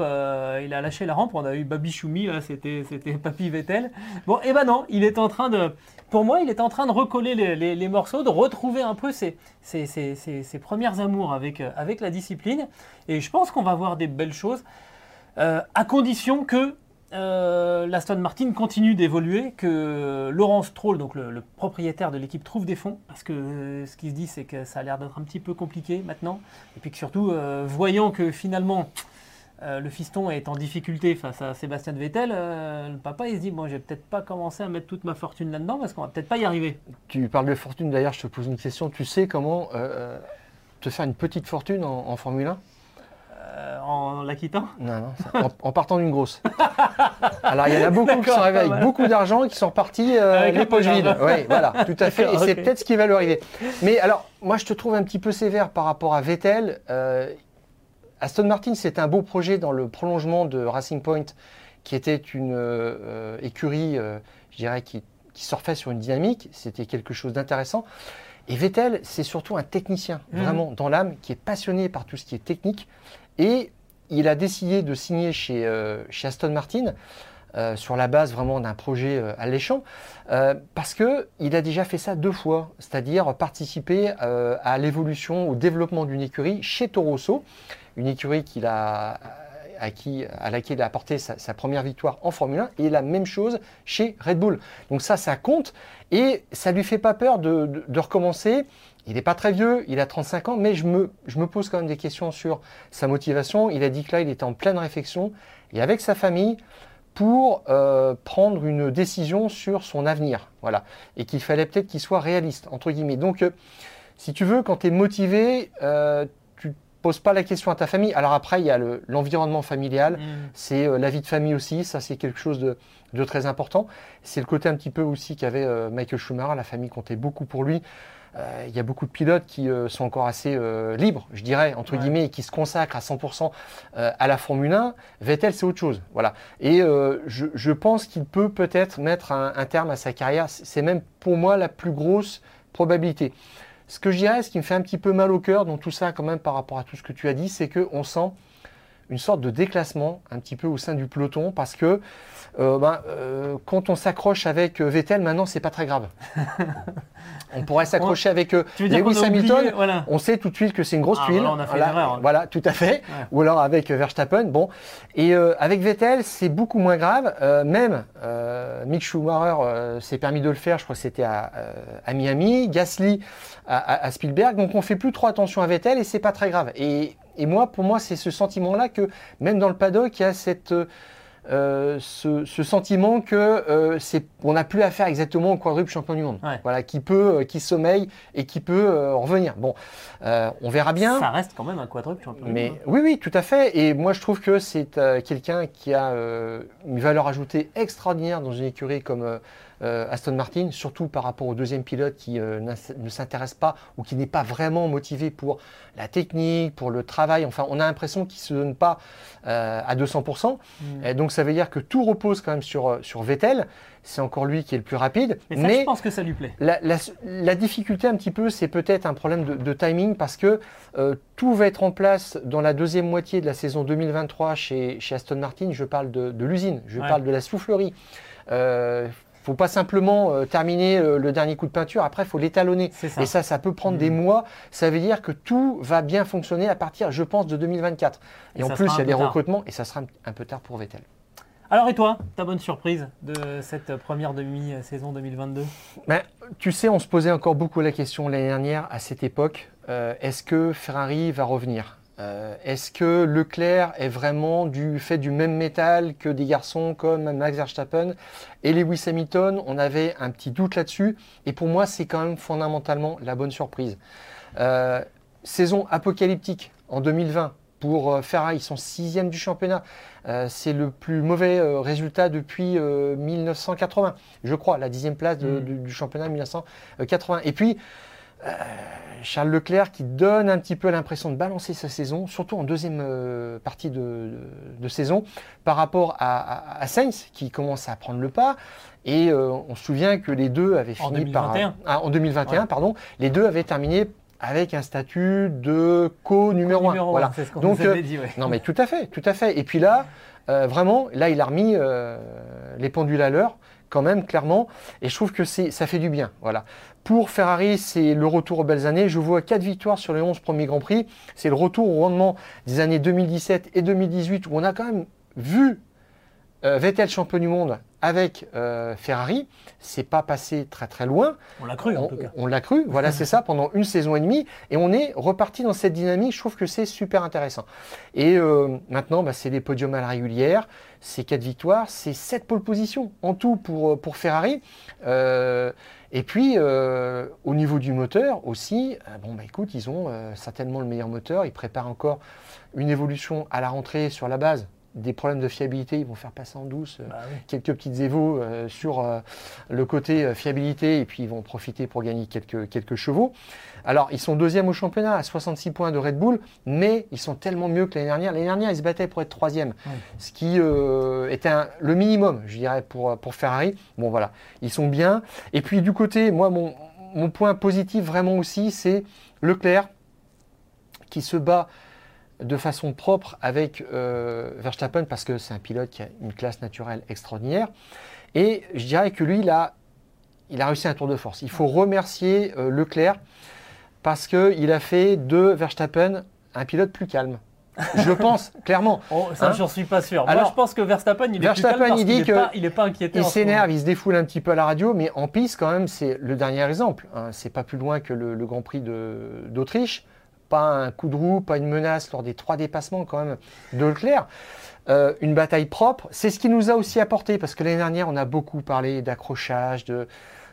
On a eu Babi Choumi, là, c'était Papy Vettel. Bon, et ben non, il est en train de recoller les morceaux, de retrouver un peu ses premières amours avec la discipline. Et je pense qu'on va voir des belles choses, à condition que l'Aston Martin continue d'évoluer, que Lawrence Stroll, donc le propriétaire de l'équipe, trouve des fonds, parce que ce qui se dit, c'est que ça a l'air d'être un petit peu compliqué maintenant, et puis que surtout, voyant que finalement le fiston est en difficulté face à Sébastien Vettel, le papa il se dit, bon, je vais peut-être pas commencer à mettre toute ma fortune là-dedans, parce qu'on va peut-être pas y arriver. Tu parles de fortune, d'ailleurs, je te pose une question, tu sais comment te faire une petite fortune en Formule 1 ? En la quittant ? Non, en partant d'une grosse. Alors, il y en a beaucoup qui sont arrivés avec beaucoup d'argent et qui sont repartis les poches vides. Oui, voilà, tout à fait. Et c'est peut-être ce qui va leur arriver. Mais alors, moi, je te trouve un petit peu sévère par rapport à Vettel. Aston Martin, c'est un beau projet dans le prolongement de Racing Point, qui était une écurie, je dirais, qui surfait sur une dynamique. C'était quelque chose d'intéressant. Et Vettel, c'est surtout un technicien, vraiment dans l'âme, qui est passionné par tout ce qui est technique. Et il a décidé de signer chez Aston Martin sur la base vraiment d'un projet alléchant, parce qu'il a déjà fait ça 2 fois, c'est-à-dire participer à l'évolution, au développement d'une écurie chez Toro Rosso, une écurie à laquelle il a apporté sa première victoire en Formule 1, et la même chose chez Red Bull. Donc ça compte, et ça ne lui fait pas peur de recommencer. Il n'est pas très vieux, il a 35 ans, mais je me pose quand même des questions sur sa motivation. Il a dit que là, il était en pleine réflexion, et avec sa famille, pour prendre une décision sur son avenir. Voilà. Et qu'il fallait peut-être qu'il soit réaliste, entre guillemets. Donc, si tu veux, quand tu es motivé, tu ne poses pas la question à ta famille. Alors après, il y a l'environnement familial, c'est la vie de famille aussi, ça c'est quelque chose de très important. C'est le côté un petit peu aussi qu'avait Michael Schumacher, la famille comptait beaucoup pour lui. il y a beaucoup de pilotes qui sont encore assez libres, je dirais, entre guillemets, et qui se consacrent à 100% à la Formule 1. Vettel, c'est autre chose. Voilà. Et je pense qu'il peut peut-être mettre un terme à sa carrière. C'est même pour moi la plus grosse probabilité. Ce que je dirais, ce qui me fait un petit peu mal au cœur dans tout ça, quand même, par rapport à tout ce que tu as dit, c'est qu'on sent une sorte de déclassement un petit peu au sein du peloton parce que quand on s'accroche avec Vettel, maintenant, c'est pas très grave. On pourrait s'accrocher avec Lewis Hamilton. Voilà. On sait tout de suite que c'est une grosse tuile. Voilà, on a fait une erreur. Voilà, tout à fait. Ouais. Ou alors avec Verstappen. Bon. Et avec Vettel, c'est beaucoup moins grave. Même Mick Schumacher s'est permis de le faire. Je crois que c'était à Miami. Gasly à Spielberg. Donc on fait plus trop attention à Vettel et c'est pas très grave. Et pour moi, c'est ce sentiment-là que même dans le paddock, il y a ce sentiment que on n'a plus affaire exactement au quadruple champion du monde. Ouais. Voilà, qui sommeille et qui peut revenir. Bon, on verra bien. Ça reste quand même un quadruple champion du monde. Oui, tout à fait. Et moi, je trouve que c'est quelqu'un qui a une valeur ajoutée extraordinaire dans une écurie comme Aston Martin, surtout par rapport au deuxième pilote qui ne s'intéresse pas ou qui n'est pas vraiment motivé pour la technique, pour le travail. Enfin, on a l'impression qu'il ne se donne pas à 200%. Et donc, ça veut dire que tout repose quand même sur Vettel. C'est encore lui qui est le plus rapide. Mais je pense que ça lui plaît. La difficulté un petit peu, c'est peut-être un problème de timing parce que tout va être en place dans la deuxième moitié de la saison 2023 chez Aston Martin. Je parle de l'usine, je parle de la soufflerie. Il ne faut pas simplement terminer le dernier coup de peinture, après il faut l'étalonner. Et ça peut prendre des mois. Ça veut dire que tout va bien fonctionner à partir, je pense, de 2024. Et en plus, il y a des recrutements et ça sera un peu tard pour Vettel. Alors et toi, ta bonne surprise de cette première demi-saison 2022 ? Tu sais, on se posait encore beaucoup la question l'année dernière à cette époque. Est-ce que Ferrari va revenir ? Est-ce que Leclerc est vraiment fait du même métal que des garçons comme Max Verstappen et Lewis Hamilton? On avait un petit doute là-dessus. Et pour moi, c'est quand même fondamentalement la bonne surprise. Saison apocalyptique en 2020 pour Ferrari. Ils sont 6e du championnat. C'est le plus mauvais résultat depuis 1980. Je crois, la 10e place du championnat 1980. Et puis, Charles Leclerc qui donne un petit peu l'impression de balancer sa saison, surtout en deuxième partie de saison, par rapport à Sainz qui commence à prendre le pas. Et on se souvient que les deux avaient fini en 2021, pardon, les deux avaient terminé avec un statut de co-numéro 1. Voilà. C'est ce qu'on Donc, nous avait dit, non mais tout à fait. Et puis là, vraiment, là il a remis les pendules à l'heure. Quand même, clairement, et je trouve que ça fait du bien. Voilà. Pour Ferrari, c'est le retour aux belles années. Je vois 4 victoires sur les 11 premiers Grands Prix. C'est le retour au rendement des années 2017 et 2018 où on a quand même vu Vettel champion du monde avec Ferrari. C'est pas passé très très loin. On l'a cru en tout cas. On l'a cru, voilà, c'est ça, pendant une saison et demie. Et on est reparti dans cette dynamique. Je trouve que c'est super intéressant. Et maintenant, c'est des podiums à la régulière. C'est 4 victoires, c'est 7 pole positions en tout pour Ferrari. Et puis, au niveau du moteur aussi, écoute, ils ont certainement le meilleur moteur. Ils préparent encore une évolution à la rentrée sur la base des problèmes de fiabilité. Ils vont faire passer en douce quelques petites évos sur le côté fiabilité et puis ils vont profiter pour gagner quelques chevaux. Alors, ils sont 2e au championnat à 66 points de Red Bull, mais ils sont tellement mieux que l'année dernière. L'année dernière, ils se battaient pour être 3e, ce qui était le minimum, je dirais, pour Ferrari. Bon, voilà, ils sont bien. Et puis, du côté, moi, mon point positif vraiment aussi, c'est Leclerc qui se bat de façon propre avec Verstappen parce que c'est un pilote qui a une classe naturelle extraordinaire. Et je dirais que lui, il a réussi un tour de force. Il faut remercier Leclerc parce qu'il a fait de Verstappen un pilote plus calme. Je pense, clairement. Ça, j'en suis pas sûr. Moi, je pense que Verstappen, il est plus calme parce qu'il n'est pas inquiété. Il s'énerve, il se défoule un petit peu à la radio, mais en piste, quand même, c'est le dernier exemple. C'est pas plus loin que le Grand Prix d'Autriche. Pas un coup de roue, pas une menace lors des 3 dépassements quand même de Leclerc. Une bataille propre, c'est ce qui nous a aussi apporté, parce que l'année dernière, on a beaucoup parlé d'accrochage,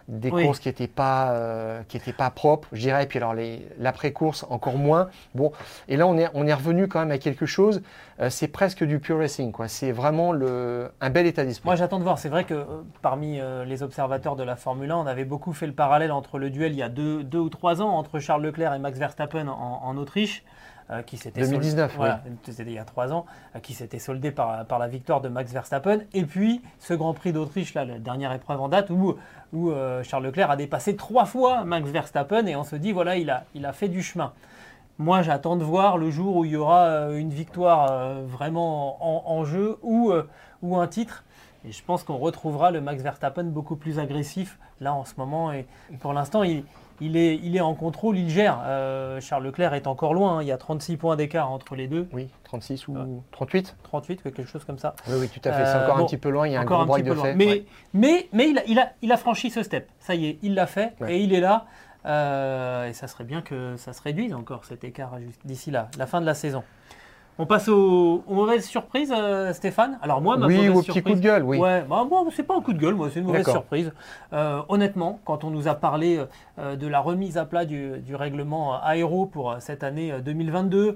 des Oui. courses qui n'étaient pas propres, je dirais. Et puis alors l'après-course encore moins. Bon, et là on est revenu quand même à quelque chose. C'est presque du pure racing, quoi. C'est vraiment un bel état d'esprit. Moi, j'attends de voir. C'est vrai que parmi les observateurs de la Formule 1, on avait beaucoup fait le parallèle entre le duel il y a 2 ou 3 ans entre Charles Leclerc et Max Verstappen en Autriche. Qui s'était 2019, voilà, c'était il y a 3 ans, qui s'était soldé par la victoire de Max Verstappen. Et puis, ce Grand Prix d'Autriche, là, la dernière épreuve en date, où Charles Leclerc a dépassé 3 fois Max Verstappen, et on se dit, voilà, il a fait du chemin. Moi, j'attends de voir le jour où il y aura une victoire vraiment en jeu ou un titre. Et je pense qu'on retrouvera le Max Verstappen beaucoup plus agressif, là, en ce moment. Et pour l'instant, il est en contrôle, il gère. Charles Leclerc est encore loin, hein. Il y a 36 points d'écart entre les deux. Oui, 36 ou 38 38, quelque chose comme ça. Oui, tout à fait. C'est encore un petit peu loin, il y a un gros break de fait. Mais il a franchi ce step. Ça y est, il l'a fait et il est là. Et ça serait bien que ça se réduise encore cet écart d'ici la fin de la saison. On passe aux mauvaises surprises, Stéphane. Alors moi, ma mauvaise surprise... Oui, au petit coup de gueule, oui. Ouais, moi, c'est pas un coup de gueule, moi, c'est une mauvaise surprise. Honnêtement, quand on nous a parlé de la remise à plat du règlement aéro pour cette année 2022,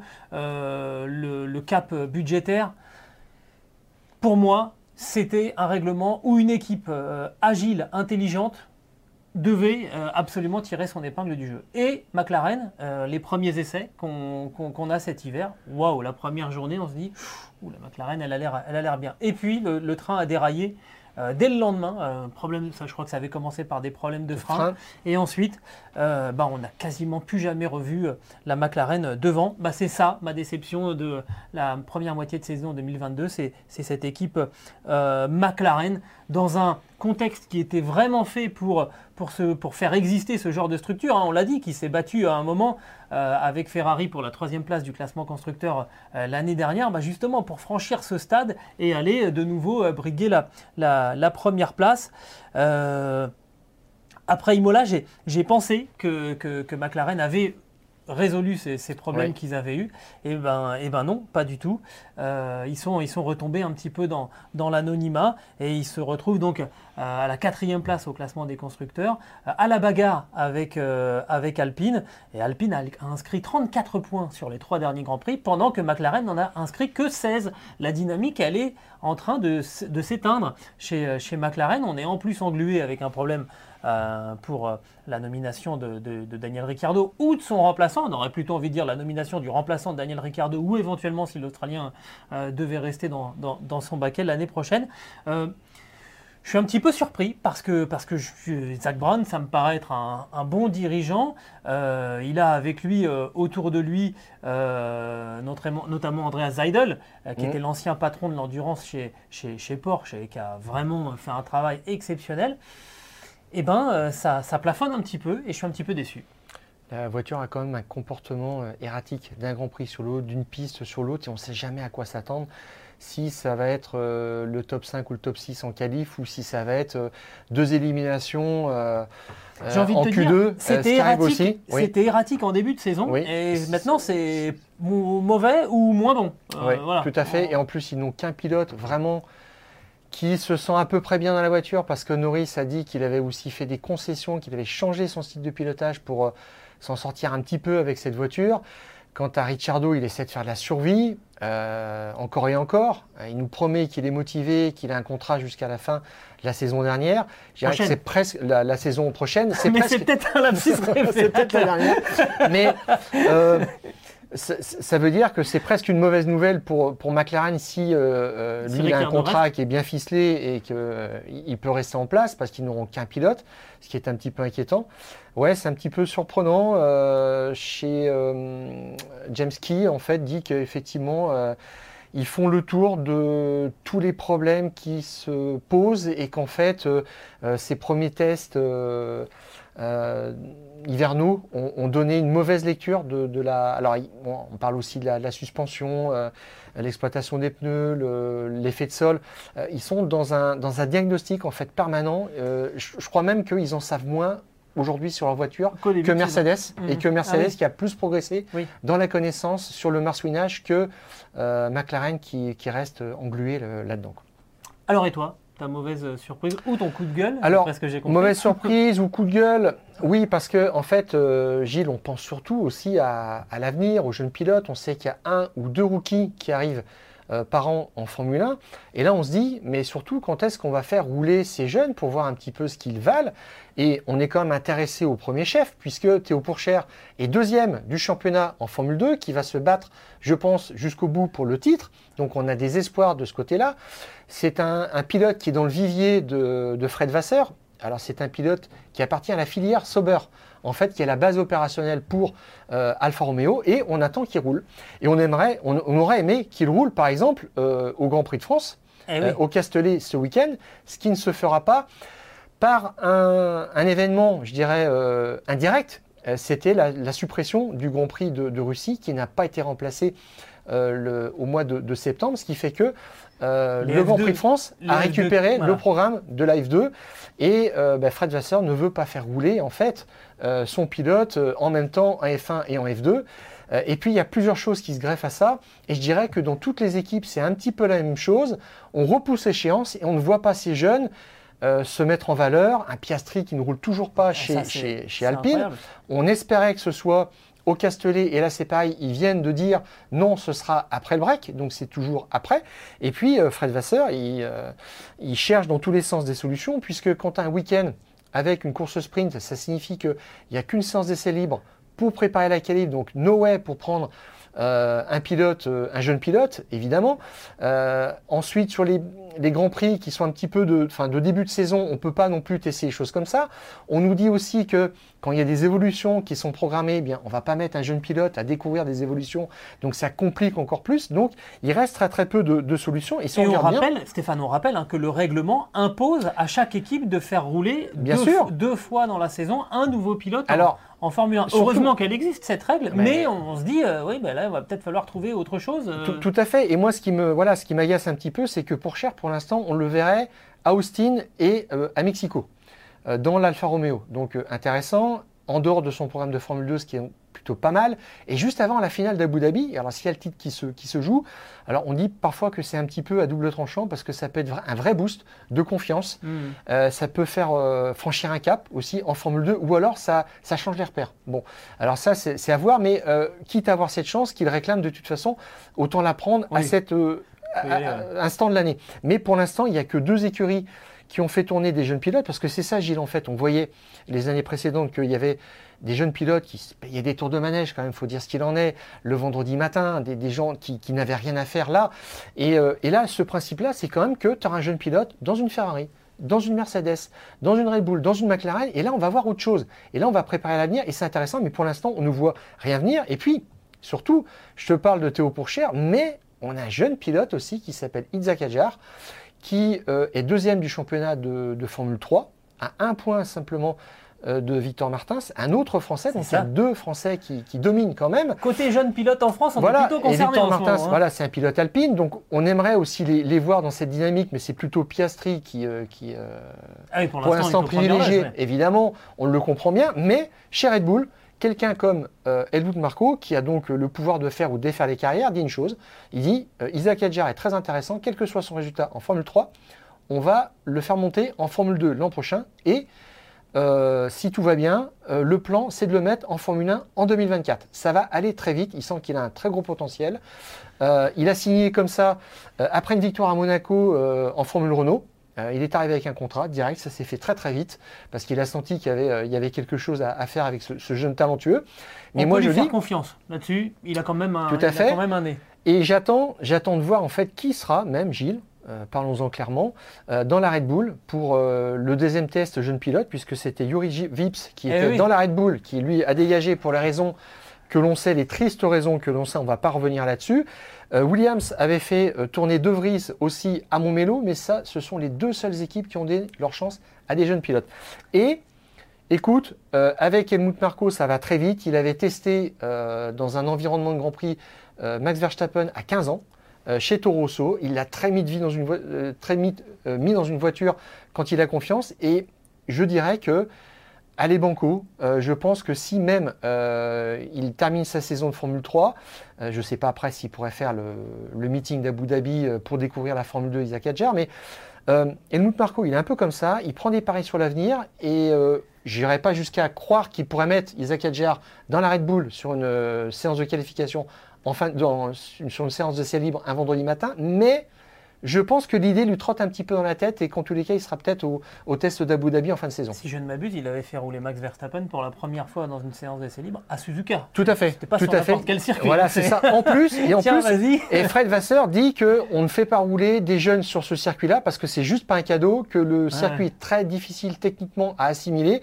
le cap budgétaire, pour moi, c'était un règlement où une équipe agile, intelligente, devait absolument tirer son épingle du jeu. Et McLaren, les premiers essais qu'on a cet hiver, waouh, la première journée, on se dit, la McLaren, elle a l'air bien. Et puis, le train a déraillé dès le lendemain. Ça, je crois que ça avait commencé par des problèmes de frein. Et ensuite, on n'a quasiment plus jamais revu la McLaren devant. C'est ça, ma déception de la première moitié de saison 2022. C'est cette équipe McLaren dans un contexte qui était vraiment fait pour faire exister ce genre de structure. On l'a dit, qui s'est battu à un moment avec Ferrari pour la 3e place du classement constructeur l'année dernière, justement pour franchir ce stade et aller de nouveau briguer la première place. Après Imola, j'ai pensé que McLaren avait résolu ces problèmes qu'ils avaient eus. Et ben non, pas du tout. Ils sont retombés un petit peu dans l'anonymat et ils se retrouvent donc à la 4e place au classement des constructeurs, à la bagarre avec Alpine. Et Alpine a inscrit 34 points sur les 3 derniers Grands Prix, pendant que McLaren n'en a inscrit que 16. La dynamique, elle est en train de s'éteindre chez McLaren. On est en plus englué avec un problème pour la nomination de Daniel Ricciardo ou de son remplaçant. On aurait plutôt envie de dire la nomination du remplaçant de Daniel Ricciardo, ou éventuellement si l'Australien devait rester dans son baquet l'année prochaine. Je suis un petit peu surpris parce que Zak Brown, ça me paraît être un bon dirigeant. Il a avec lui, autour de lui, notamment Andreas Seidel, qui était l'ancien patron de l'endurance chez Porsche et qui a vraiment fait un travail exceptionnel. Ça plafonne un petit peu et je suis un petit peu déçu. La voiture a quand même un comportement erratique d'un Grand Prix sur l'autre, d'une piste sur l'autre, et on ne sait jamais à quoi s'attendre. Si ça va être le top 5 ou le top 6 en qualif, ou si ça va être 2 éliminations J'ai envie de en te Q2. dire, c'était erratique, C'était erratique en début de saison, et maintenant c'est mauvais ou moins bon. Voilà. Tout à fait, et en plus ils n'ont qu'un pilote vraiment qui se sent à peu près bien dans la voiture, parce que Norris a dit qu'il avait aussi fait des concessions, qu'il avait changé son style de pilotage pour s'en sortir un petit peu avec cette voiture. Quant à Ricciardo, il essaie de faire de la survie, encore et encore. Il nous promet qu'il est motivé, qu'il a un contrat jusqu'à la fin de la saison dernière. Je dirais que c'est presque la saison prochaine. C'est peut-être un lapsus révélateur. C'est peut-être la dernière. Mais ça veut dire que c'est presque une mauvaise nouvelle pour McLaren si lui il a un contrat qui est bien ficelé et qu'il peut rester en place, parce qu'ils n'auront qu'un pilote, ce qui est un petit peu inquiétant. Ouais, c'est un petit peu surprenant. Chez James Key, en fait, dit qu'effectivement, ils font le tour de tous les problèmes qui se posent et qu'en fait, ces premiers tests hivernaux ont donné une mauvaise lecture de la... Alors, on parle aussi de la suspension, l'exploitation des pneus, l'effet de sol. Ils sont dans un diagnostic en fait permanent. Je crois même qu'ils en savent moins aujourd'hui sur leur voiture que Mercedes, et que Mercedes qui a plus progressé dans la connaissance sur le marsouinage que McLaren qui reste englué là-dedans. Alors et toi, ta mauvaise surprise ou ton coup de gueule? Alors, parce que j'ai compris. Mauvaise surprise ou coup de gueule, oui, parce que en fait, Gilles, on pense surtout aussi à l'avenir, aux jeunes pilotes. On sait qu'il y a 1 ou 2 rookies qui arrivent par an en Formule 1. Et là, on se dit, mais surtout, quand est-ce qu'on va faire rouler ces jeunes pour voir un petit peu ce qu'ils valent? Et on est quand même intéressé au premier chef, puisque Théo Pourchaire est 2e du championnat en Formule 2, qui va se battre, je pense, jusqu'au bout pour le titre. Donc, on a des espoirs de ce côté-là. C'est un pilote qui est dans le vivier de Fred Vasseur. Alors, c'est un pilote qui appartient à la filière Sauber, en fait, qui est la base opérationnelle pour Alfa Romeo, et on attend qu'il roule. Et on aurait aimé qu'il roule, par exemple, au Grand Prix de France, au Castellet ce week-end, ce qui ne se fera pas par un événement, je dirais, indirect. C'était la suppression du Grand Prix de Russie, qui n'a pas été remplacé au mois de septembre, ce qui fait que le Grand Prix de France a récupéré le programme de la F2 et Fred Vasseur ne veut pas faire rouler en fait son pilote en même temps en F1 et en F2. Et puis il y a plusieurs choses qui se greffent à ça et je dirais que dans toutes les équipes c'est un petit peu la même chose. On repousse l'échéance et on ne voit pas ces jeunes se mettre en valeur. Un Piastri qui ne roule toujours pas chez Alpine. Incroyable. On espérait que ce soit au Castellet, et là c'est pareil, ils viennent de dire non, ce sera après le break, donc c'est toujours après. Et puis Fred Vasseur, il cherche dans tous les sens des solutions, puisque quand tu as un week-end avec une course sprint, ça signifie qu'il n'y a qu'une séance d'essai libre pour préparer la qualif, donc no way pour prendre un jeune pilote, évidemment. Ensuite, sur les grands prix qui sont un petit peu de début de saison, on ne peut pas non plus tester les choses comme ça. On nous dit aussi que quand il y a des évolutions qui sont programmées, eh bien, on ne va pas mettre un jeune pilote à découvrir des évolutions, donc ça complique encore plus. Donc, il reste très très peu de solutions. Et, on rappelle, Stéphane, on rappelle que le règlement impose à chaque équipe de faire rouler deux fois dans la saison un nouveau pilote en Formule 1. Heureusement qu'elle existe cette règle, mais on se dit, là, il va peut-être falloir trouver autre chose. Tout à fait. Et moi, ce qui m'agace un petit peu, c'est que Pourchaire, pour l'instant, on le verrait à Austin et à Mexico, dans l'Alfa Romeo. Donc, intéressant, en dehors de son programme de Formule 2, ce qui est plutôt pas mal. Et juste avant la finale d'Abu Dhabi, alors s'il y a le titre qui se joue, alors on dit parfois que c'est un petit peu à double tranchant parce que ça peut être un vrai boost de confiance. Ça peut faire franchir un cap aussi en Formule 2 ou alors ça change les repères. Bon, alors ça c'est à voir, mais quitte à avoir cette chance qu'il réclame de toute façon, autant la prendre à cet instant de l'année. Mais pour l'instant, il n'y a que 2 écuries qui ont fait tourner des jeunes pilotes, parce que c'est ça, Gilles, en fait. On voyait les années précédentes qu'il y avait des jeunes pilotes qui se payaient des tours de manège, quand même, il faut dire ce qu'il en est, le vendredi matin, des gens qui n'avaient rien à faire là. Et là, ce principe-là, c'est quand même que tu auras un jeune pilote dans une Ferrari, dans une Mercedes, dans une Red Bull, dans une McLaren, et là, on va voir autre chose. Et là, on va préparer l'avenir, et c'est intéressant, mais pour l'instant, on ne voit rien venir. Et puis, surtout, je te parle de Théo Pourchaire, mais on a un jeune pilote aussi qui s'appelle Itzhak Hadjar, qui est 2e du championnat de Formule 3, à 1 point simplement de Victor Martins, un autre Français, donc il y a 2 Français qui dominent quand même. Côté jeune pilote en France, on est plutôt concerné. Et Victor Martins, c'est un pilote alpine, donc on aimerait aussi les voir dans cette dynamique, mais c'est plutôt Piastri qui pour l'instant privilégié, évidemment, on le comprend bien, mais chez Red Bull, quelqu'un comme Helmut Marko, qui a donc le pouvoir de faire ou défaire les carrières, dit une chose. Il dit Itzhak Hadjar est très intéressant, quel que soit son résultat en Formule 3, on va le faire monter en Formule 2 l'an prochain. Et si tout va bien, le plan, c'est de le mettre en Formule 1 en 2024. Ça va aller très vite. Il sent qu'il a un très gros potentiel. Il a signé comme ça, après une victoire à Monaco en Formule Renault. Il est arrivé avec un contrat direct, ça s'est fait très très vite parce qu'il a senti qu'il y avait quelque chose à faire avec ce jeune talentueux. Mais moi, je lui faire confiance là-dessus. Il a quand même un nez. Et j'attends de voir en fait qui sera même Gilles. Parlons-en clairement, dans la Red Bull pour le 2e test jeune pilote, puisque c'était Juri Vips qui était dans la Red Bull, qui lui a dégagé pour les raisons que l'on sait, les tristes raisons que l'on sait, on ne va pas revenir là-dessus. Williams avait fait tourner De Vries aussi à Montmelo, mais ça, ce sont les 2 seules équipes qui ont donné leur chance à des jeunes pilotes. Et écoute, avec Helmut Marko, ça va très vite. Il avait testé dans un environnement de Grand Prix Max Verstappen à 15 ans. Chez Toro Rosso, il l'a très vite mis dans une voiture quand il a confiance. Et je dirais que, allez banco, je pense que si même il termine sa saison de Formule 3, je ne sais pas après s'il pourrait faire le meeting d'Abu Dhabi pour découvrir la Formule 2 Itzhak Hadjar, mais Helmut Marko, il est un peu comme ça, il prend des paris sur l'avenir et je n'irai pas jusqu'à croire qu'il pourrait mettre Isaac Hadjar dans la Red Bull sur une séance de qualification, sur une séance d'essai libre un vendredi matin, mais je pense que l'idée lui trotte un petit peu dans la tête et qu'en tous les cas, il sera peut-être au test d'Abu Dhabi en fin de saison. Si je ne m'abuse, il avait fait rouler Max Verstappen pour la première fois dans une séance d'essai libre à Suzuka. Tout à fait. C'était pas tout sur à fait. n'importe quel circuit. Voilà, c'est ça. En plus, Tiens, vas-y. et Fred Vasseur dit qu'on ne fait pas rouler des jeunes sur ce circuit-là parce que c'est juste pas un cadeau, que le circuit est très difficile techniquement à assimiler.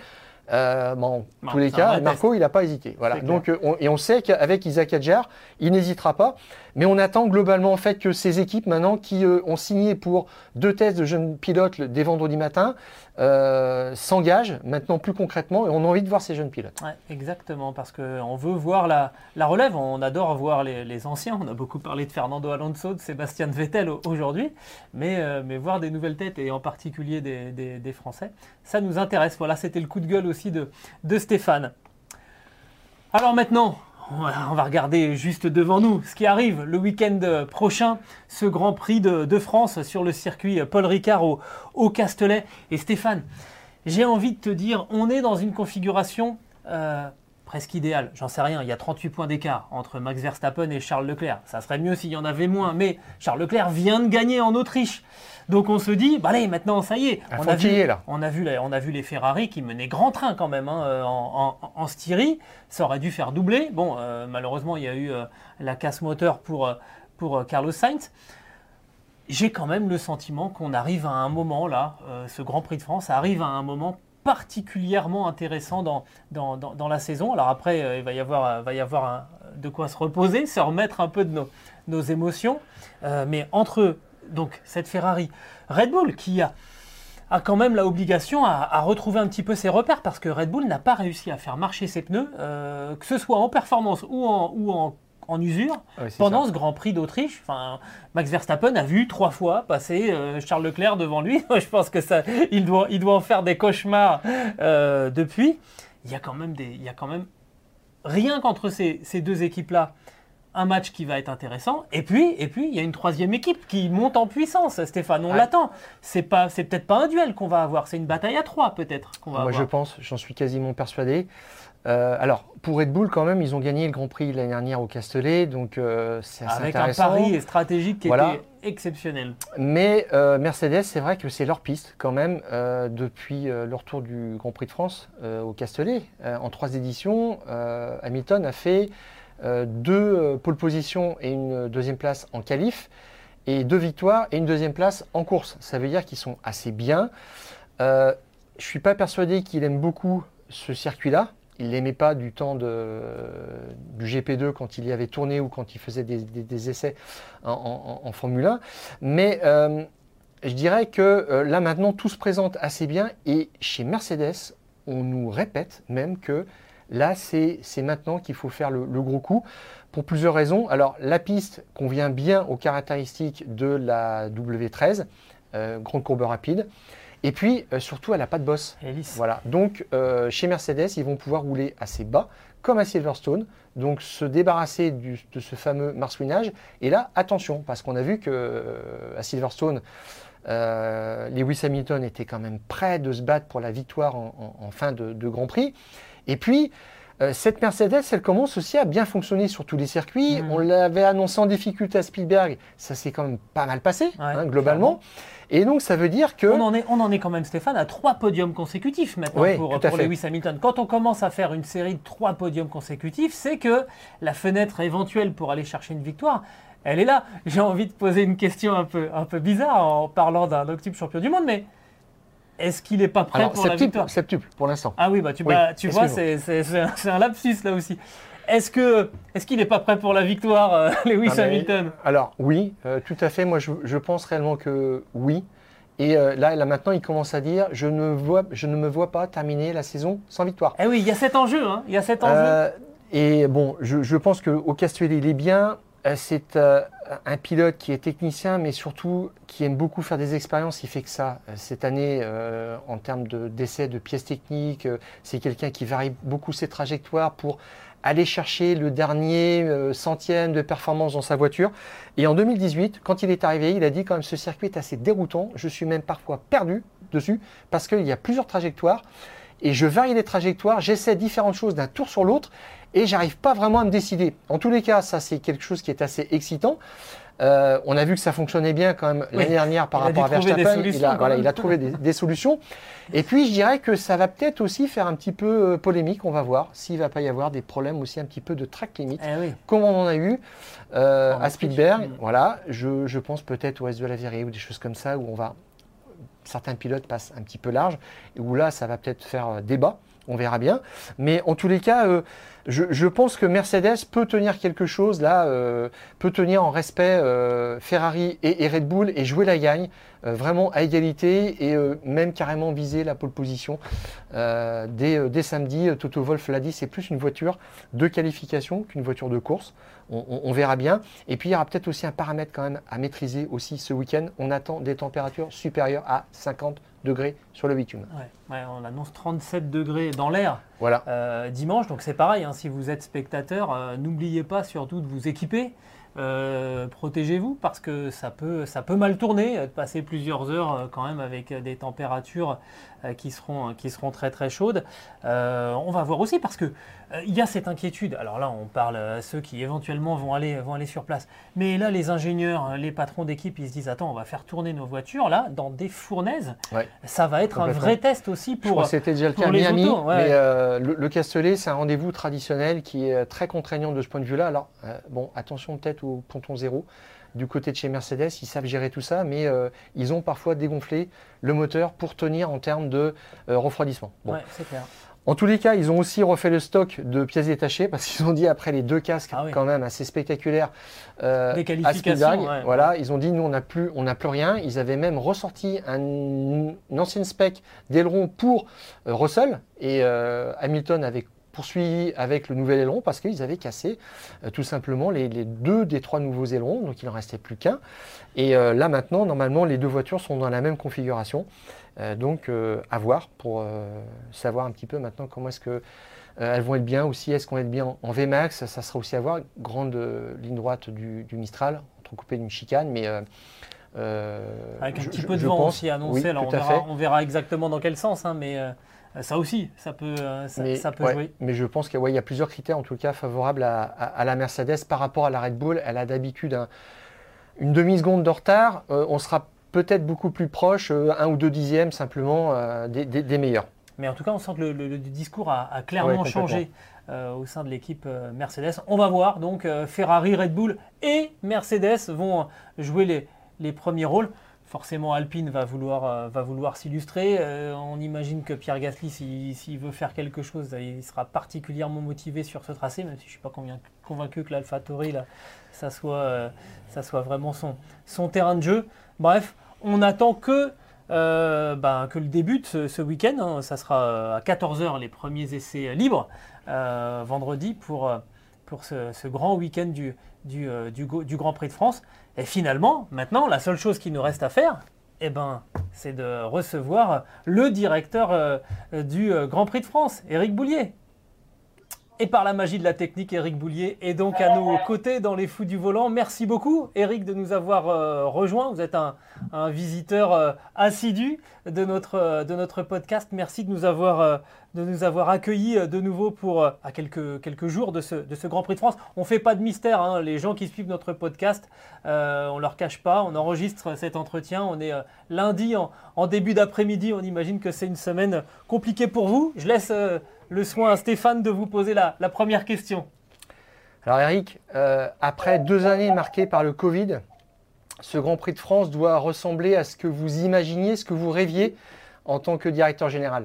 En tous les cas, Marko, il n'a pas hésité. Voilà. Donc, on sait qu'avec Isaac Hadjar, il n'hésitera pas. Mais on attend globalement en fait que ces équipes maintenant qui ont signé pour 2 tests de jeunes pilotes dès vendredi matin s'engagent maintenant plus concrètement et on a envie de voir ces jeunes pilotes. Ouais, exactement, parce qu'on veut voir la relève. On adore voir les anciens. On a beaucoup parlé de Fernando Alonso, de Sébastien Vettel aujourd'hui, mais voir des nouvelles têtes et en particulier des Français, ça nous intéresse. Voilà, c'était le coup de gueule aussi de Stéphane. Alors maintenant, on va regarder juste devant nous ce qui arrive le week-end prochain, ce Grand Prix de France sur le circuit Paul Ricard au Castellet. Et Stéphane, j'ai envie de te dire, on est dans une configuration presque idéale. J'en sais rien, il y a 38 points d'écart entre Max Verstappen et Charles Leclerc. Ça serait mieux s'il y en avait moins, mais Charles Leclerc vient de gagner en Autriche. Donc on se dit, allez, maintenant ça y est, on a vu les Ferrari qui menaient grand train quand même en Styrie. Ça aurait dû faire doubler. Bon, malheureusement, il y a eu la casse moteur pour Carlos Sainz. J'ai quand même le sentiment qu'on arrive à un moment là, ce Grand Prix de France arrive à un moment particulièrement intéressant dans la saison. Alors après, il va y avoir de quoi se reposer, se remettre un peu de nos émotions. Mais entre donc cette Ferrari, Red Bull qui a quand même l'obligation à retrouver un petit peu ses repères parce que Red Bull n'a pas réussi à faire marcher ses pneus, que ce soit en performance ou en usure, pendant ce Grand Prix d'Autriche. Enfin, Max Verstappen a vu 3 fois passer Charles Leclerc devant lui. Je pense que il doit en faire des cauchemars depuis. Il y a quand même rien qu'entre ces 2 équipes-là, un match qui va être intéressant. Et puis, il y a une 3e équipe qui monte en puissance, Stéphane. On l'attend. C'est peut-être pas un duel qu'on va avoir, c'est une bataille à 3 peut-être qu'on va avoir. Je pense, j'en suis quasiment persuadé. Alors, pour Red Bull, quand même, ils ont gagné le Grand Prix l'année dernière au Castellet, donc c'est assez intéressant. Avec un pari stratégique qui était exceptionnel. Mais Mercedes, c'est vrai que c'est leur piste quand même depuis le retour du Grand Prix de France au Castellet. En 3 éditions, Hamilton a fait 2 pole positions et une 2e place en qualif et 2 victoires et une 2e place en course. Ça veut dire qu'ils sont assez bien. Je ne suis pas persuadé qu'il aime beaucoup ce circuit-là. Il ne l'aimait pas du temps du GP2 quand il y avait tourné ou quand il faisait des essais en Formule 1. Mais je dirais que là maintenant tout se présente assez bien et chez Mercedes, on nous répète même que là, c'est maintenant qu'il faut faire le gros coup pour plusieurs raisons. Alors, la piste convient bien aux caractéristiques de la W13, grande courbe rapide. Et puis, surtout, elle n'a pas de bosse. Voilà. Donc, chez Mercedes, ils vont pouvoir rouler assez bas, comme à Silverstone. Donc, se débarrasser de ce fameux marsouinage. Et là, attention, parce qu'on a vu qu'à Silverstone, Lewis Hamilton était quand même prêt de se battre pour la victoire en fin de Grand Prix. Et puis, cette Mercedes, elle commence aussi à bien fonctionner sur tous les circuits. On l'avait annoncé en difficulté à Spielberg. Ça s'est quand même pas mal passé, globalement. Clairement. Et donc, ça veut dire que... On en est quand même, Stéphane, à 3 podiums consécutifs maintenant pour Lewis Hamilton. Quand on commence à faire une série de 3 podiums consécutifs, c'est que la fenêtre éventuelle pour aller chercher une victoire, elle est là. J'ai envie de poser une question un peu bizarre en parlant d'un octuple champion du monde, mais... Est-ce qu'il n'est pas prêt pour la victoire ? Septuple, pour l'instant. Ah oui, tu vois, c'est un lapsus là aussi. Est-ce qu'il n'est pas prêt pour la victoire, Lewis Hamilton ? Alors oui, tout à fait. Moi, je pense réellement que oui. Et là, maintenant, il commence à dire je ne me vois pas terminer la saison sans victoire. Eh oui, il y a cet enjeu. Il y a cet enjeu. Et bon, je pense qu'au Castellet, il est bien. C'est un pilote qui est technicien, mais surtout qui aime beaucoup faire des expériences. Il fait que ça. Cette année, en termes d'essais de pièces techniques, c'est quelqu'un qui varie beaucoup ses trajectoires pour aller chercher le dernier centième de performance dans sa voiture. Et en 2018, quand il est arrivé, il a dit quand même ce circuit est assez déroutant, je suis même parfois perdu dessus parce qu'il y a plusieurs trajectoires et je varie les trajectoires, j'essaie différentes choses d'un tour sur l'autre et j'arrive pas vraiment à me décider. En tous les cas, ça c'est quelque chose qui est assez excitant. On a vu que ça fonctionnait bien quand même l'année dernière par rapport à Verstappen. Il a trouvé des solutions. Et puis je dirais que ça va peut-être aussi faire un petit peu polémique. On va voir s'il ne va pas y avoir des problèmes aussi un petit peu de track limit, comme on en a eu à Spielberg. Voilà, je pense peut-être au Est de la Virée ou des choses comme ça où certains pilotes passent un petit peu large et où là ça va peut-être faire débat. On verra bien. Mais en tous les cas, je pense que Mercedes peut tenir quelque chose là, peut tenir en respect Ferrari et Red Bull et jouer la gagne vraiment à égalité et même carrément viser la pole position dès samedi. Toto Wolff l'a dit, c'est plus une voiture de qualification qu'une voiture de course. On verra bien. Et puis il y aura peut-être aussi un paramètre quand même à maîtriser aussi ce week-end. On attend des températures supérieures à 50 degrés sur le bitume. On annonce 37 degrés dans l'air dimanche, donc c'est pareil, hein, si vous êtes spectateur, n'oubliez pas surtout de vous équiper, protégez-vous parce que ça peut mal tourner, de passer plusieurs heures quand même avec des températures qui seront très très chaudes. On va voir aussi parce que il y a cette inquiétude. Alors là, on parle à ceux qui éventuellement vont aller sur place. Mais là, les ingénieurs, les patrons d'équipe, ils se disent attends, on va faire tourner nos voitures là dans des fournaises. Ça va être un vrai test aussi pour. Je crois que c'était déjà le cas à Miami. Autos, mais le Castellet, c'est un rendez-vous traditionnel qui est très contraignant de ce point de vue-là. Alors attention peut-être au ponton zéro. Du côté de chez Mercedes, ils savent gérer tout ça, mais ils ont parfois dégonflé le moteur pour tenir en termes de refroidissement. C'est clair. En tous les cas, ils ont aussi refait le stock de pièces détachées parce qu'ils ont dit après les 2 casques quand même assez spectaculaires des qualifications. Voilà, ils ont dit nous on n'a plus rien. Ils avaient même ressorti une ancienne spec d'aileron pour Russell et Hamilton avait poursuivi avec le nouvel aileron parce qu'ils avaient cassé tout simplement les 2 des 3 nouveaux ailerons, donc il n'en restait plus qu'un. Et là maintenant, normalement, les 2 voitures sont dans la même configuration. Donc à voir pour savoir un petit peu maintenant comment est-ce que elles vont être bien aussi. Est-ce qu'on va être bien en VMAX? Ça sera aussi à voir. Grande ligne droite du Mistral, entrecoupée d'une chicane, mais avec un petit peu de vent aussi annoncé. Alors on verra exactement dans quel sens, hein, mais ça aussi, ça peut jouer. Mais je pense qu'il y a plusieurs critères en tout cas favorables à la Mercedes par rapport à la Red Bull. Elle a d'habitude une demi-seconde de retard. On sera peut-être beaucoup plus proche, 1 ou 2 dixièmes simplement des meilleurs. Mais en tout cas, on sent que le discours a clairement changé au sein de l'équipe Mercedes. On va voir, donc Ferrari, Red Bull et Mercedes vont jouer les premiers rôles. Forcément, Alpine va vouloir s'illustrer. On imagine que Pierre Gasly, s'il veut faire quelque chose, il sera particulièrement motivé sur ce tracé, même si je ne suis pas convaincu que l'AlphaTauri, là, ça soit vraiment son terrain de jeu. Bref, on attend que le début de ce week-end. Hein, ça sera à 14h les premiers essais libres, vendredi, pour ce grand week-end du Grand Prix de France. Et finalement, maintenant, la seule chose qui nous reste à faire, c'est de recevoir le directeur du Grand Prix de France, Eric Boulier. Et par la magie de la technique, Eric Boulier est donc à nos côtés dans les Fous du Volant. Merci beaucoup, Eric, de nous avoir rejoints. Vous êtes un visiteur assidu de notre podcast. Merci de nous avoir accueillis de nouveau à quelques jours de ce Grand Prix de France. On ne fait pas de mystère, hein. Les gens qui suivent notre podcast, on ne leur cache pas. On enregistre cet entretien. On est lundi en début d'après-midi. On imagine que c'est une semaine compliquée pour vous. Je laisse le soin à Stéphane de vous poser la première question. Alors Eric, après 2 années marquées par le Covid, ce Grand Prix de France doit ressembler à ce que vous imaginiez, ce que vous rêviez en tant que directeur général.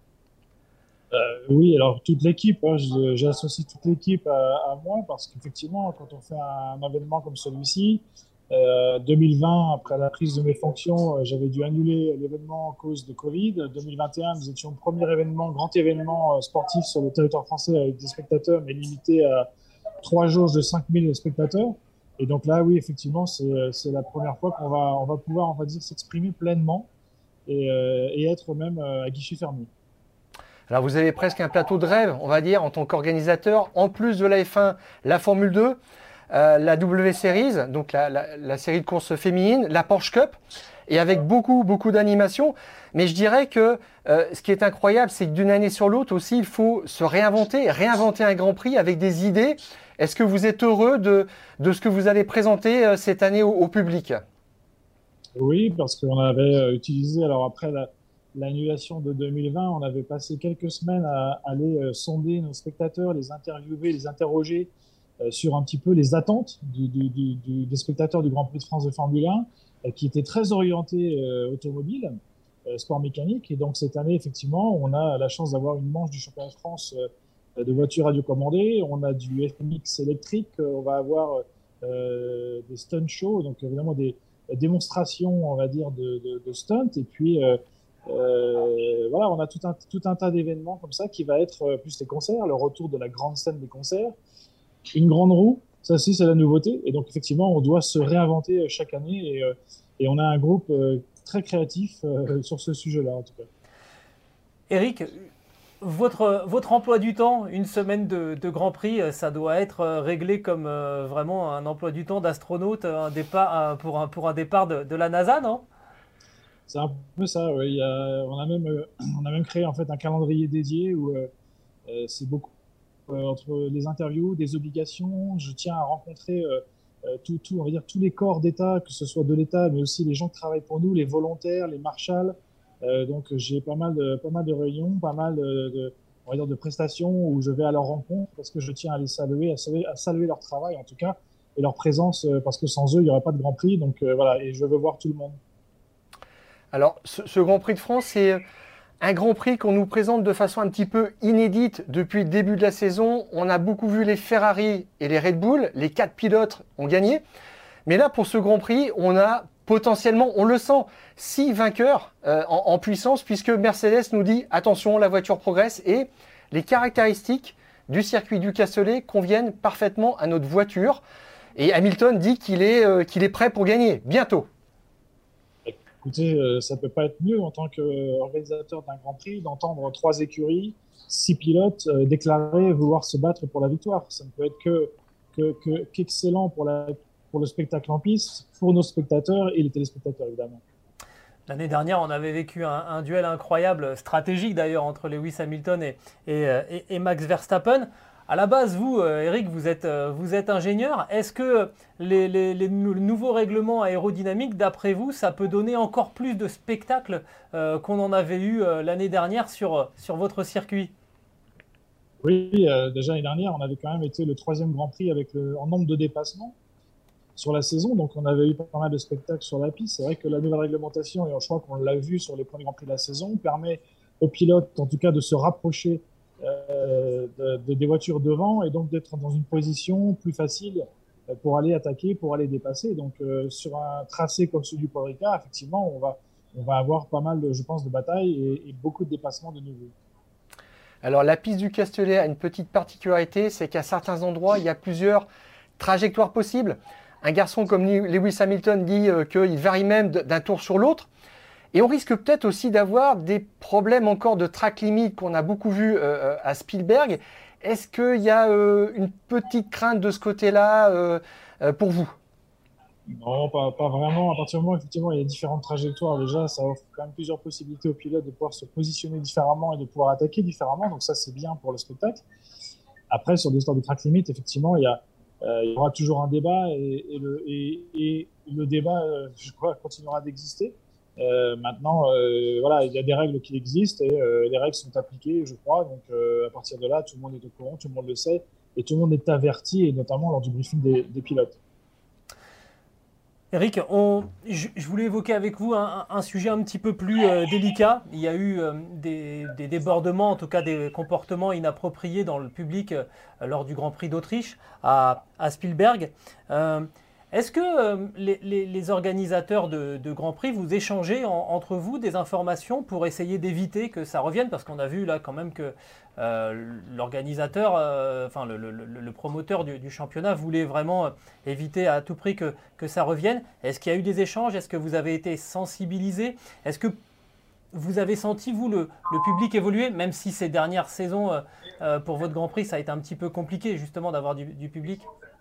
Oui, alors toute l'équipe, j'associe toute l'équipe à moi parce qu'effectivement, quand on fait un événement comme celui-ci, 2020, après la prise de mes fonctions, j'avais dû annuler l'événement à cause de Covid. 2021, nous étions le premier grand événement sportif sur le territoire français avec des spectateurs, mais limité à 3 jauges de 5000 spectateurs. Et donc là, oui, effectivement, c'est la première fois qu'on va pouvoir, on va dire, s'exprimer pleinement et être même à guichet fermé. Alors vous avez presque un plateau de rêve, on va dire, en tant qu'organisateur, en plus de la F1, la Formule 2, la W Series, donc la série de courses féminines, la Porsche Cup, et avec beaucoup d'animation. Mais je dirais que ce qui est incroyable, c'est que d'une année sur l'autre aussi, il faut se réinventer un Grand Prix avec des idées. Est-ce que vous êtes heureux de ce que vous allez présenter cette année au public? Oui, parce qu'on avait utilisé, alors après l'annulation de 2020, on avait passé quelques semaines à aller sonder nos spectateurs, les interviewer, les interroger sur un petit peu les attentes des spectateurs du Grand Prix de France de Formule 1, qui étaient très orientés automobile, sport mécanique. Et donc cette année, effectivement, on a la chance d'avoir une manche du championnat de France de voitures radiocommandées. On a du FMX électrique. On va avoir des stunt shows, donc évidemment des démonstrations, on va dire, de stunt. Et puis voilà, on a tout un tas d'événements comme ça qui va être plus les concerts, le retour de la grande scène des concerts, une grande roue. Ça aussi, c'est la nouveauté. Et donc, effectivement, on doit se réinventer chaque année. Et on a un groupe très créatif sur ce sujet-là, en tout cas. Eric, votre emploi du temps, une semaine de Grand Prix, ça doit être réglé comme vraiment un emploi du temps d'astronaute, pour un départ de la NASA, non? C'est un peu ça, oui. On a même créé en fait un calendrier dédié où c'est beaucoup entre les interviews, des obligations. Je tiens à rencontrer on va dire, tous les corps d'État, que ce soit de l'État, mais aussi les gens qui travaillent pour nous, les volontaires, les marshals. Donc j'ai pas mal de réunions, pas mal on va dire de prestations où je vais à leur rencontre parce que je tiens à les saluer, à saluer leur travail en tout cas, et leur présence, parce que sans eux, il n'y aurait pas de Grand Prix. Donc voilà, et je veux voir tout le monde. Alors, ce Grand Prix de France, c'est un Grand Prix qu'on nous présente de façon un petit peu inédite depuis le début de la saison. On a beaucoup vu les Ferrari et les Red Bull. Les 4 pilotes ont gagné. Mais là, pour ce Grand Prix, on a potentiellement, on le sent, 6 vainqueurs en puissance, puisque Mercedes nous dit, attention, la voiture progresse et les caractéristiques du circuit du Castellet conviennent parfaitement à notre voiture. Et Hamilton dit qu'il est prêt pour gagner, bientôt. Écoutez, ça peut pas être mieux en tant qu'organisateur d'un Grand Prix d'entendre 3 écuries, 6 pilotes déclarer vouloir se battre pour la victoire. Ça ne peut être qu'excellent pour le spectacle en piste, pour nos spectateurs et les téléspectateurs évidemment. L'année dernière, on avait vécu un duel incroyable, stratégique d'ailleurs, entre Lewis Hamilton et Max Verstappen. À la base, vous, Eric, vous êtes ingénieur. Est-ce que les nouveaux règlements aérodynamiques, d'après vous, ça peut donner encore plus de spectacle qu'on en avait eu l'année dernière sur votre circuit? Oui, déjà l'année dernière, on avait quand même été le 3e Grand Prix en nombre de dépassements sur la saison. Donc, on avait eu pas mal de spectacles sur la piste. C'est vrai que la nouvelle réglementation, et je crois qu'on l'a vu sur les premiers Grands Prix de la saison, permet aux pilotes, en tout cas, de se rapprocher des voitures devant et donc d'être dans une position plus facile pour aller attaquer, pour aller dépasser. Donc sur un tracé comme celui du Paul Ricard, effectivement, on va avoir pas mal, je pense, de batailles et beaucoup de dépassements de nouveau. Alors la piste du Castellet a une petite particularité, c'est qu'à certains endroits, il y a plusieurs trajectoires possibles. Un garçon comme Lewis Hamilton dit qu'il varie même d'un tour sur l'autre. Et on risque peut-être aussi d'avoir des problèmes encore de track limit qu'on a beaucoup vu à Spielberg. Est-ce qu'il y a une petite crainte de ce côté-là pour vous? Non, pas vraiment. À partir du moment où effectivement il y a différentes trajectoires, déjà, ça offre quand même plusieurs possibilités aux pilotes de pouvoir se positionner différemment et de pouvoir attaquer différemment. Donc ça, c'est bien pour le spectacle. Après, sur l'histoire du track limit, effectivement, il y aura toujours un débat et le débat, je crois, continuera d'exister. Maintenant, voilà, il y a des règles qui existent et les règles sont appliquées, je crois. Donc, à partir de là, tout le monde est au courant, tout le monde le sait et tout le monde est averti, et notamment lors du briefing des pilotes. Eric, je voulais évoquer avec vous un sujet un petit peu plus délicat. Il y a eu des débordements, en tout cas des comportements inappropriés dans le public lors du Grand Prix d'Autriche à Spielberg. Est-ce que les organisateurs de Grand Prix, vous échangez entre vous des informations pour essayer d'éviter que ça revienne? Parce qu'on a vu là quand même que l'organisateur, enfin le promoteur du championnat voulait vraiment éviter à tout prix que ça revienne. Est-ce qu'il y a eu des échanges? Est-ce que vous avez été sensibilisés? Est-ce que vous avez senti, vous, le public évoluer, même si ces dernières saisons, pour votre Grand Prix, ça a été un petit peu compliqué, justement, d'avoir du public?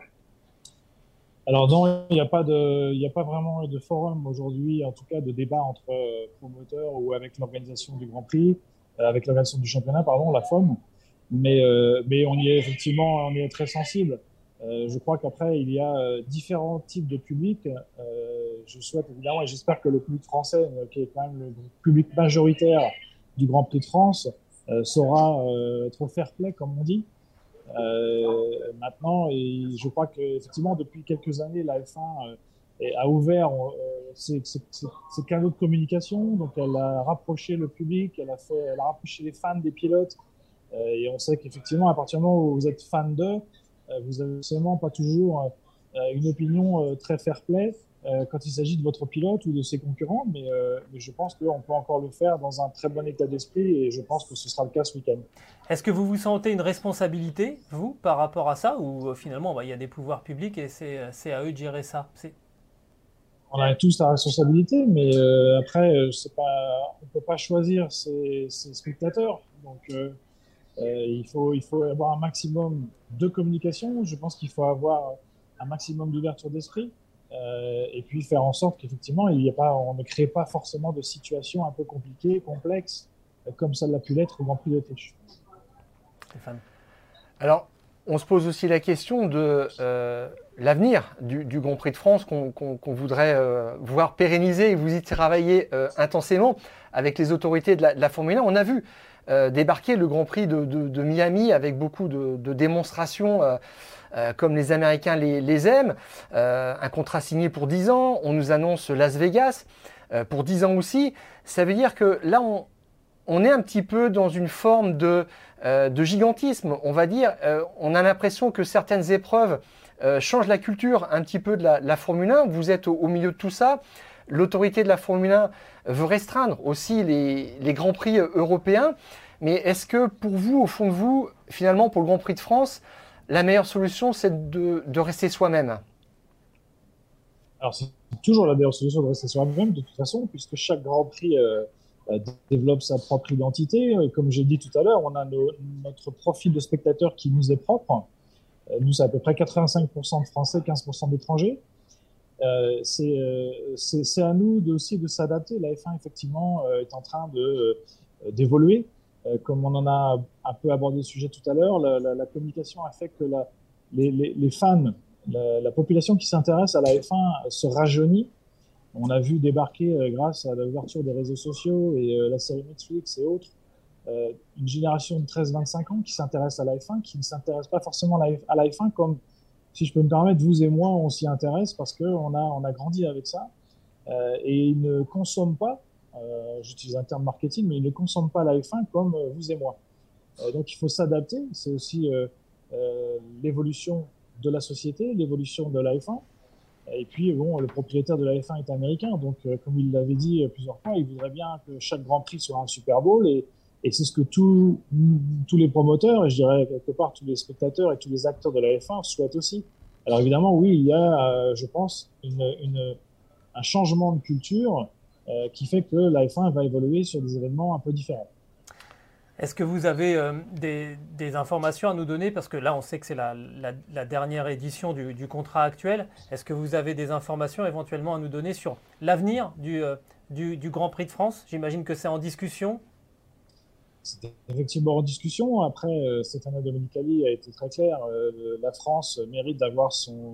Alors non, il n'y a pas vraiment de forum aujourd'hui, en tout cas de débat entre promoteurs ou avec l'organisation du Grand Prix, avec l'organisation du championnat, pardon, la FOM. Mais on y est effectivement, on y est très sensible. Je crois qu'après, il y a différents types de publics. Je souhaite évidemment, et j'espère que le public français, qui est quand même le public majoritaire du Grand Prix de France, saura être au fair play, comme on dit. Maintenant, et je crois qu'effectivement, depuis quelques années, la F1 a ouvert ses canaux de communication. Donc, elle a rapproché le public, elle a rapproché les fans des pilotes. Et on sait qu'effectivement, à partir du moment où vous êtes fan d'eux, vous n'avez seulement pas toujours une opinion très fair-play quand il s'agit de votre pilote ou de ses concurrents, mais je pense qu'on peut encore le faire dans un très bon état d'esprit et je pense que ce sera le cas ce week-end. Est-ce que vous vous sentez une responsabilité, vous, par rapport à ça, ou finalement, il y a des pouvoirs publics et c'est à eux de gérer ça? On a tous la responsabilité, mais après, on ne peut pas choisir ses spectateurs. Donc, il faut avoir un maximum de communication. Je pense qu'il faut avoir un maximum d'ouverture d'esprit et puis faire en sorte qu'effectivement, on ne crée pas forcément de situations un peu compliquées, complexes, comme ça l'a pu l'être au Grand Prix d'Autriche. Stéphane. Alors, on se pose aussi la question de l'avenir du Grand Prix de France qu'on voudrait voir pérenniser et vous y travaillez intensément avec les autorités de la Formule 1. On a vu débarquer le Grand Prix de Miami avec beaucoup de démonstrations comme les Américains les aiment. Un contrat signé pour 10 ans. On nous annonce Las Vegas pour 10 ans aussi. Ça veut dire que là, on est un petit peu dans une forme de gigantisme, on va dire. On a l'impression que certaines épreuves changent la culture un petit peu de la Formule 1. Vous êtes au milieu de tout ça. L'autorité de la Formule 1 veut restreindre aussi les Grands Prix européens. Mais est-ce que pour vous, au fond de vous, finalement pour le Grand Prix de France, la meilleure solution, c'est de rester soi-même? Alors c'est toujours la meilleure solution de rester soi-même de toute façon, puisque chaque Grand Prix développe sa propre identité. Et comme j'ai dit tout à l'heure, on a notre profil de spectateur qui nous est propre. Nous, c'est à peu près 85% de Français, 15% d'étrangers. C'est à nous aussi de s'adapter. La F1, effectivement, est en train d'évoluer. Comme on en a un peu abordé le sujet tout à l'heure, la communication a fait que les fans, la population qui s'intéresse à la F1 se rajeunit. On a vu débarquer, grâce à l'ouverture des réseaux sociaux et la série Netflix et autres, une génération de 13-25 ans qui s'intéresse à la F1, qui ne s'intéresse pas forcément à la F1 comme, si je peux me permettre, vous et moi, on s'y intéresse parce qu'on a grandi avec ça. Et ils ne consomment pas, j'utilise un terme marketing, mais ils ne consomment pas la F1 comme vous et moi. Donc il faut s'adapter, c'est aussi l'évolution de la société, l'évolution de la F1. Et puis, bon, le propriétaire de la F1 est américain, donc comme il l'avait dit plusieurs fois, il voudrait bien que chaque Grand Prix soit un Super Bowl, et c'est ce que tous les promoteurs, et je dirais quelque part tous les spectateurs et tous les acteurs de la F1 souhaitent aussi. Alors évidemment, oui, il y a, je pense, un changement de culture qui fait que la F1 va évoluer sur des événements un peu différents. Est-ce que vous avez des informations à nous donner? Parce que là, on sait que c'est la dernière édition du contrat actuel. Est-ce que vous avez des informations éventuellement à nous donner sur l'avenir du Grand Prix de France? J'imagine que c'est en discussion. C'est effectivement en discussion. Après, Stefano Domenicali a été très clair. La France mérite d'avoir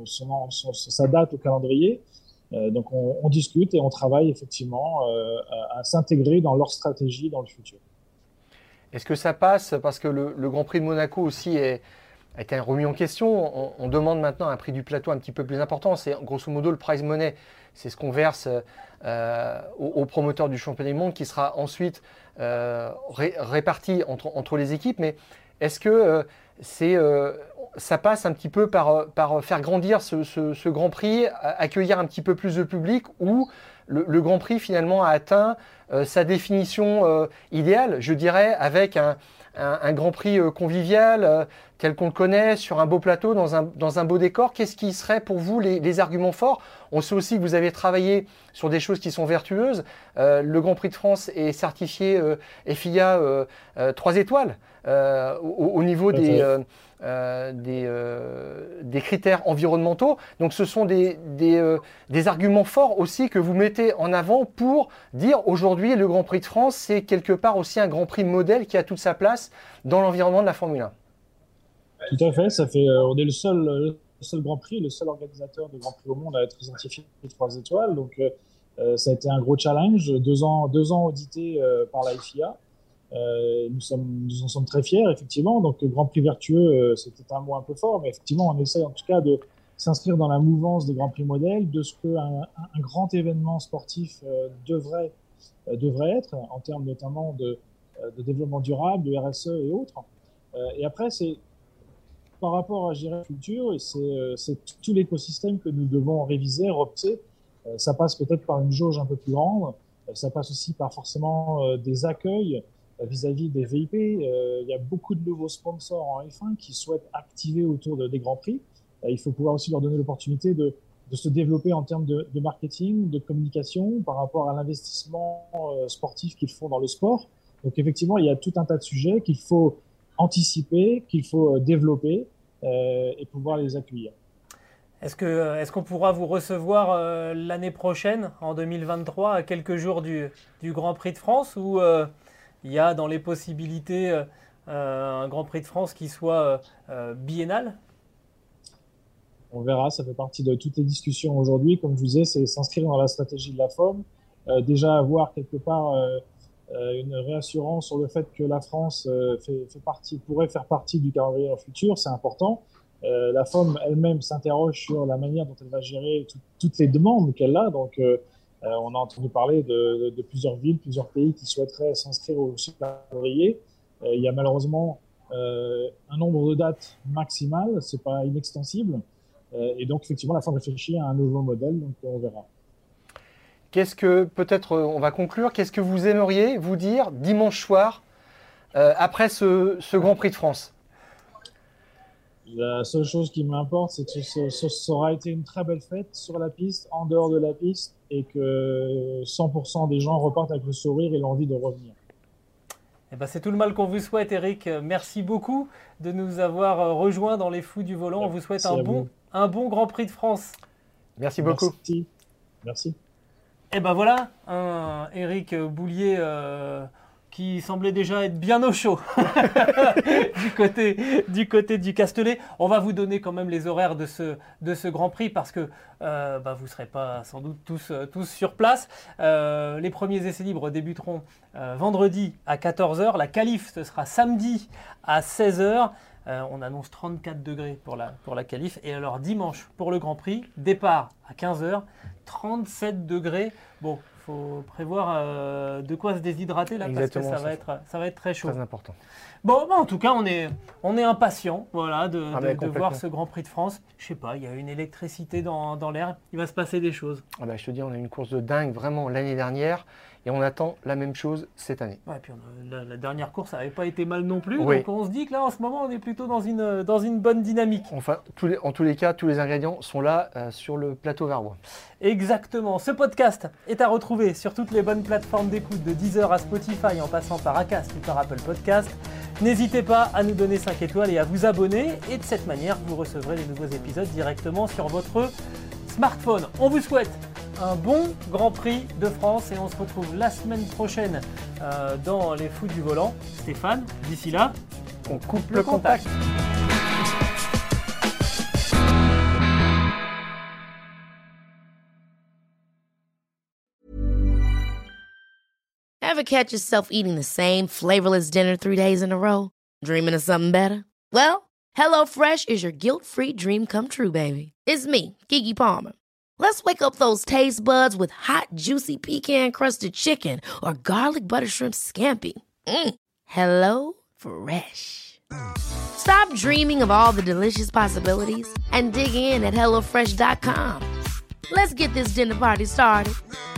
sa date au calendrier. Donc, on discute et on travaille effectivement à s'intégrer dans leur stratégie dans le futur. Est-ce que ça passe parce que le Grand Prix de Monaco aussi a été remis en question? On demande maintenant un prix du plateau un petit peu plus important. C'est grosso modo le prize money. C'est ce qu'on verse aux promoteurs du championnat du monde qui sera ensuite réparti entre les équipes. Mais est-ce que ça passe un petit peu par faire grandir ce Grand Prix, accueillir un petit peu plus de public, ou le Grand Prix finalement a atteint sa définition idéale, je dirais, avec un Grand Prix convivial, tel qu'on le connaît, sur un beau plateau, dans un beau décor, qu'est-ce qui serait pour vous les arguments forts? On sait aussi que vous avez travaillé sur des choses qui sont vertueuses. Le Grand Prix de France est certifié FIA 3 étoiles au niveau des critères environnementaux. Donc ce sont des arguments forts aussi que vous mettez en avant pour dire aujourd'hui le Grand Prix de France, c'est quelque part aussi un Grand Prix modèle qui a toute sa place dans l'environnement de la Formule 1. Tout à fait, on est le seul Grand Prix, le seul organisateur de Grand Prix au monde à être certifié 3 étoiles. Donc ça a été un gros challenge, 2 ans audités par la FIA. Nous en sommes très fiers, effectivement. Donc, le Grand Prix vertueux, c'était un mot un peu fort, mais effectivement, on essaie en tout cas de s'inscrire dans la mouvance des Grands Prix modèles, de ce qu'un grand événement sportif devrait être, en termes notamment de développement durable, de RSE et autres. Et après, c'est par rapport à gérer le futur, et c'est tout l'écosystème que nous devons réviser, repousser. Ça passe peut-être par une jauge un peu plus grande, ça passe aussi par forcément des accueils vis-à-vis des VIP. Il y a beaucoup de nouveaux sponsors en F1 qui souhaitent activer autour des Grands Prix. Il faut pouvoir aussi leur donner l'opportunité de se développer en termes de marketing, de communication par rapport à l'investissement sportif qu'ils font dans le sport. Donc effectivement, il y a tout un tas de sujets qu'il faut anticiper, qu'il faut développer et pouvoir les accueillir. Est-ce qu'on pourra vous recevoir l'année prochaine, en 2023, à quelques jours du Grand Prix de France, ou il y a dans les possibilités un Grand Prix de France qui soit biennal? On verra, ça fait partie de toutes les discussions aujourd'hui. Comme je vous disais, c'est s'inscrire dans la stratégie de la FOM. Déjà avoir quelque part une réassurance sur le fait que la France pourrait faire partie du calendrier dans le futur, c'est important. La FOM elle-même s'interroge sur la manière dont elle va gérer toutes les demandes qu'elle a. Donc, on a entendu parler de plusieurs villes, plusieurs pays qui souhaiteraient s'inscrire au calendrier. Il y a malheureusement un nombre de dates maximales, c'est pas inextensible. Et donc, effectivement, la FOM réfléchit à un nouveau modèle, donc on verra. Peut-être on va conclure, qu'est-ce que vous aimeriez vous dire dimanche soir après ce Grand Prix de France? La seule chose qui m'importe, c'est que ça aura été une très belle fête sur la piste, en dehors de la piste, et que 100% des gens repartent avec le sourire et l'envie de revenir. Eh ben, c'est tout le mal qu'on vous souhaite, Eric. Merci beaucoup de nous avoir rejoints dans les Fous du Volant. On vous souhaite un bon Grand Prix de France. Merci beaucoup. Merci. Et ben voilà, un Eric Boulier qui semblait déjà être bien au chaud du côté du Castellet. On va vous donner quand même les horaires de ce Grand Prix parce que vous ne serez pas sans doute tous sur place. Les premiers essais libres débuteront vendredi à 14h. La qualif, ce sera samedi à 16h. On annonce 34 degrés pour la qualif. Et alors dimanche, pour le Grand Prix, départ à 15h, 37 degrés. Bon, il faut prévoir de quoi se déshydrater là. Exactement, parce que ça va être très chaud. Très important. Bon, en tout cas, on est impatient de voir ce Grand Prix de France. Je sais pas, il y a une électricité dans l'air. Il va se passer des choses. Je te dis, on a eu une course de dingue vraiment l'année dernière. Et on attend la même chose cette année. Ouais, puis la dernière course n'avait pas été mal non plus. Oui. Donc on se dit que là, en ce moment, on est plutôt dans une bonne dynamique. Enfin, en tous les cas, tous les ingrédients sont là sur le plateau verrois. Exactement. Ce podcast est à retrouver sur toutes les bonnes plateformes d'écoute, de Deezer à Spotify, en passant par Acast ou par Apple Podcast. N'hésitez pas à nous donner 5 étoiles et à vous abonner. Et de cette manière, vous recevrez les nouveaux épisodes directement sur votre smartphone. On vous souhaite un bon Grand Prix de France et on se retrouve la semaine prochaine dans les Fous du Volant. Stéphane, d'ici là, on coupe le contact. Ever catch yourself eating the same flavorless dinner 3 days in a row? Dreaming of something better? Well, HelloFresh is your guilt-free dream come true, baby. It's me, Keke Palmer. Let's wake up those taste buds with hot, juicy pecan-crusted chicken or garlic butter shrimp scampi. Hello Fresh. Stop dreaming of all the delicious possibilities and dig in at HelloFresh.com. Let's get this dinner party started.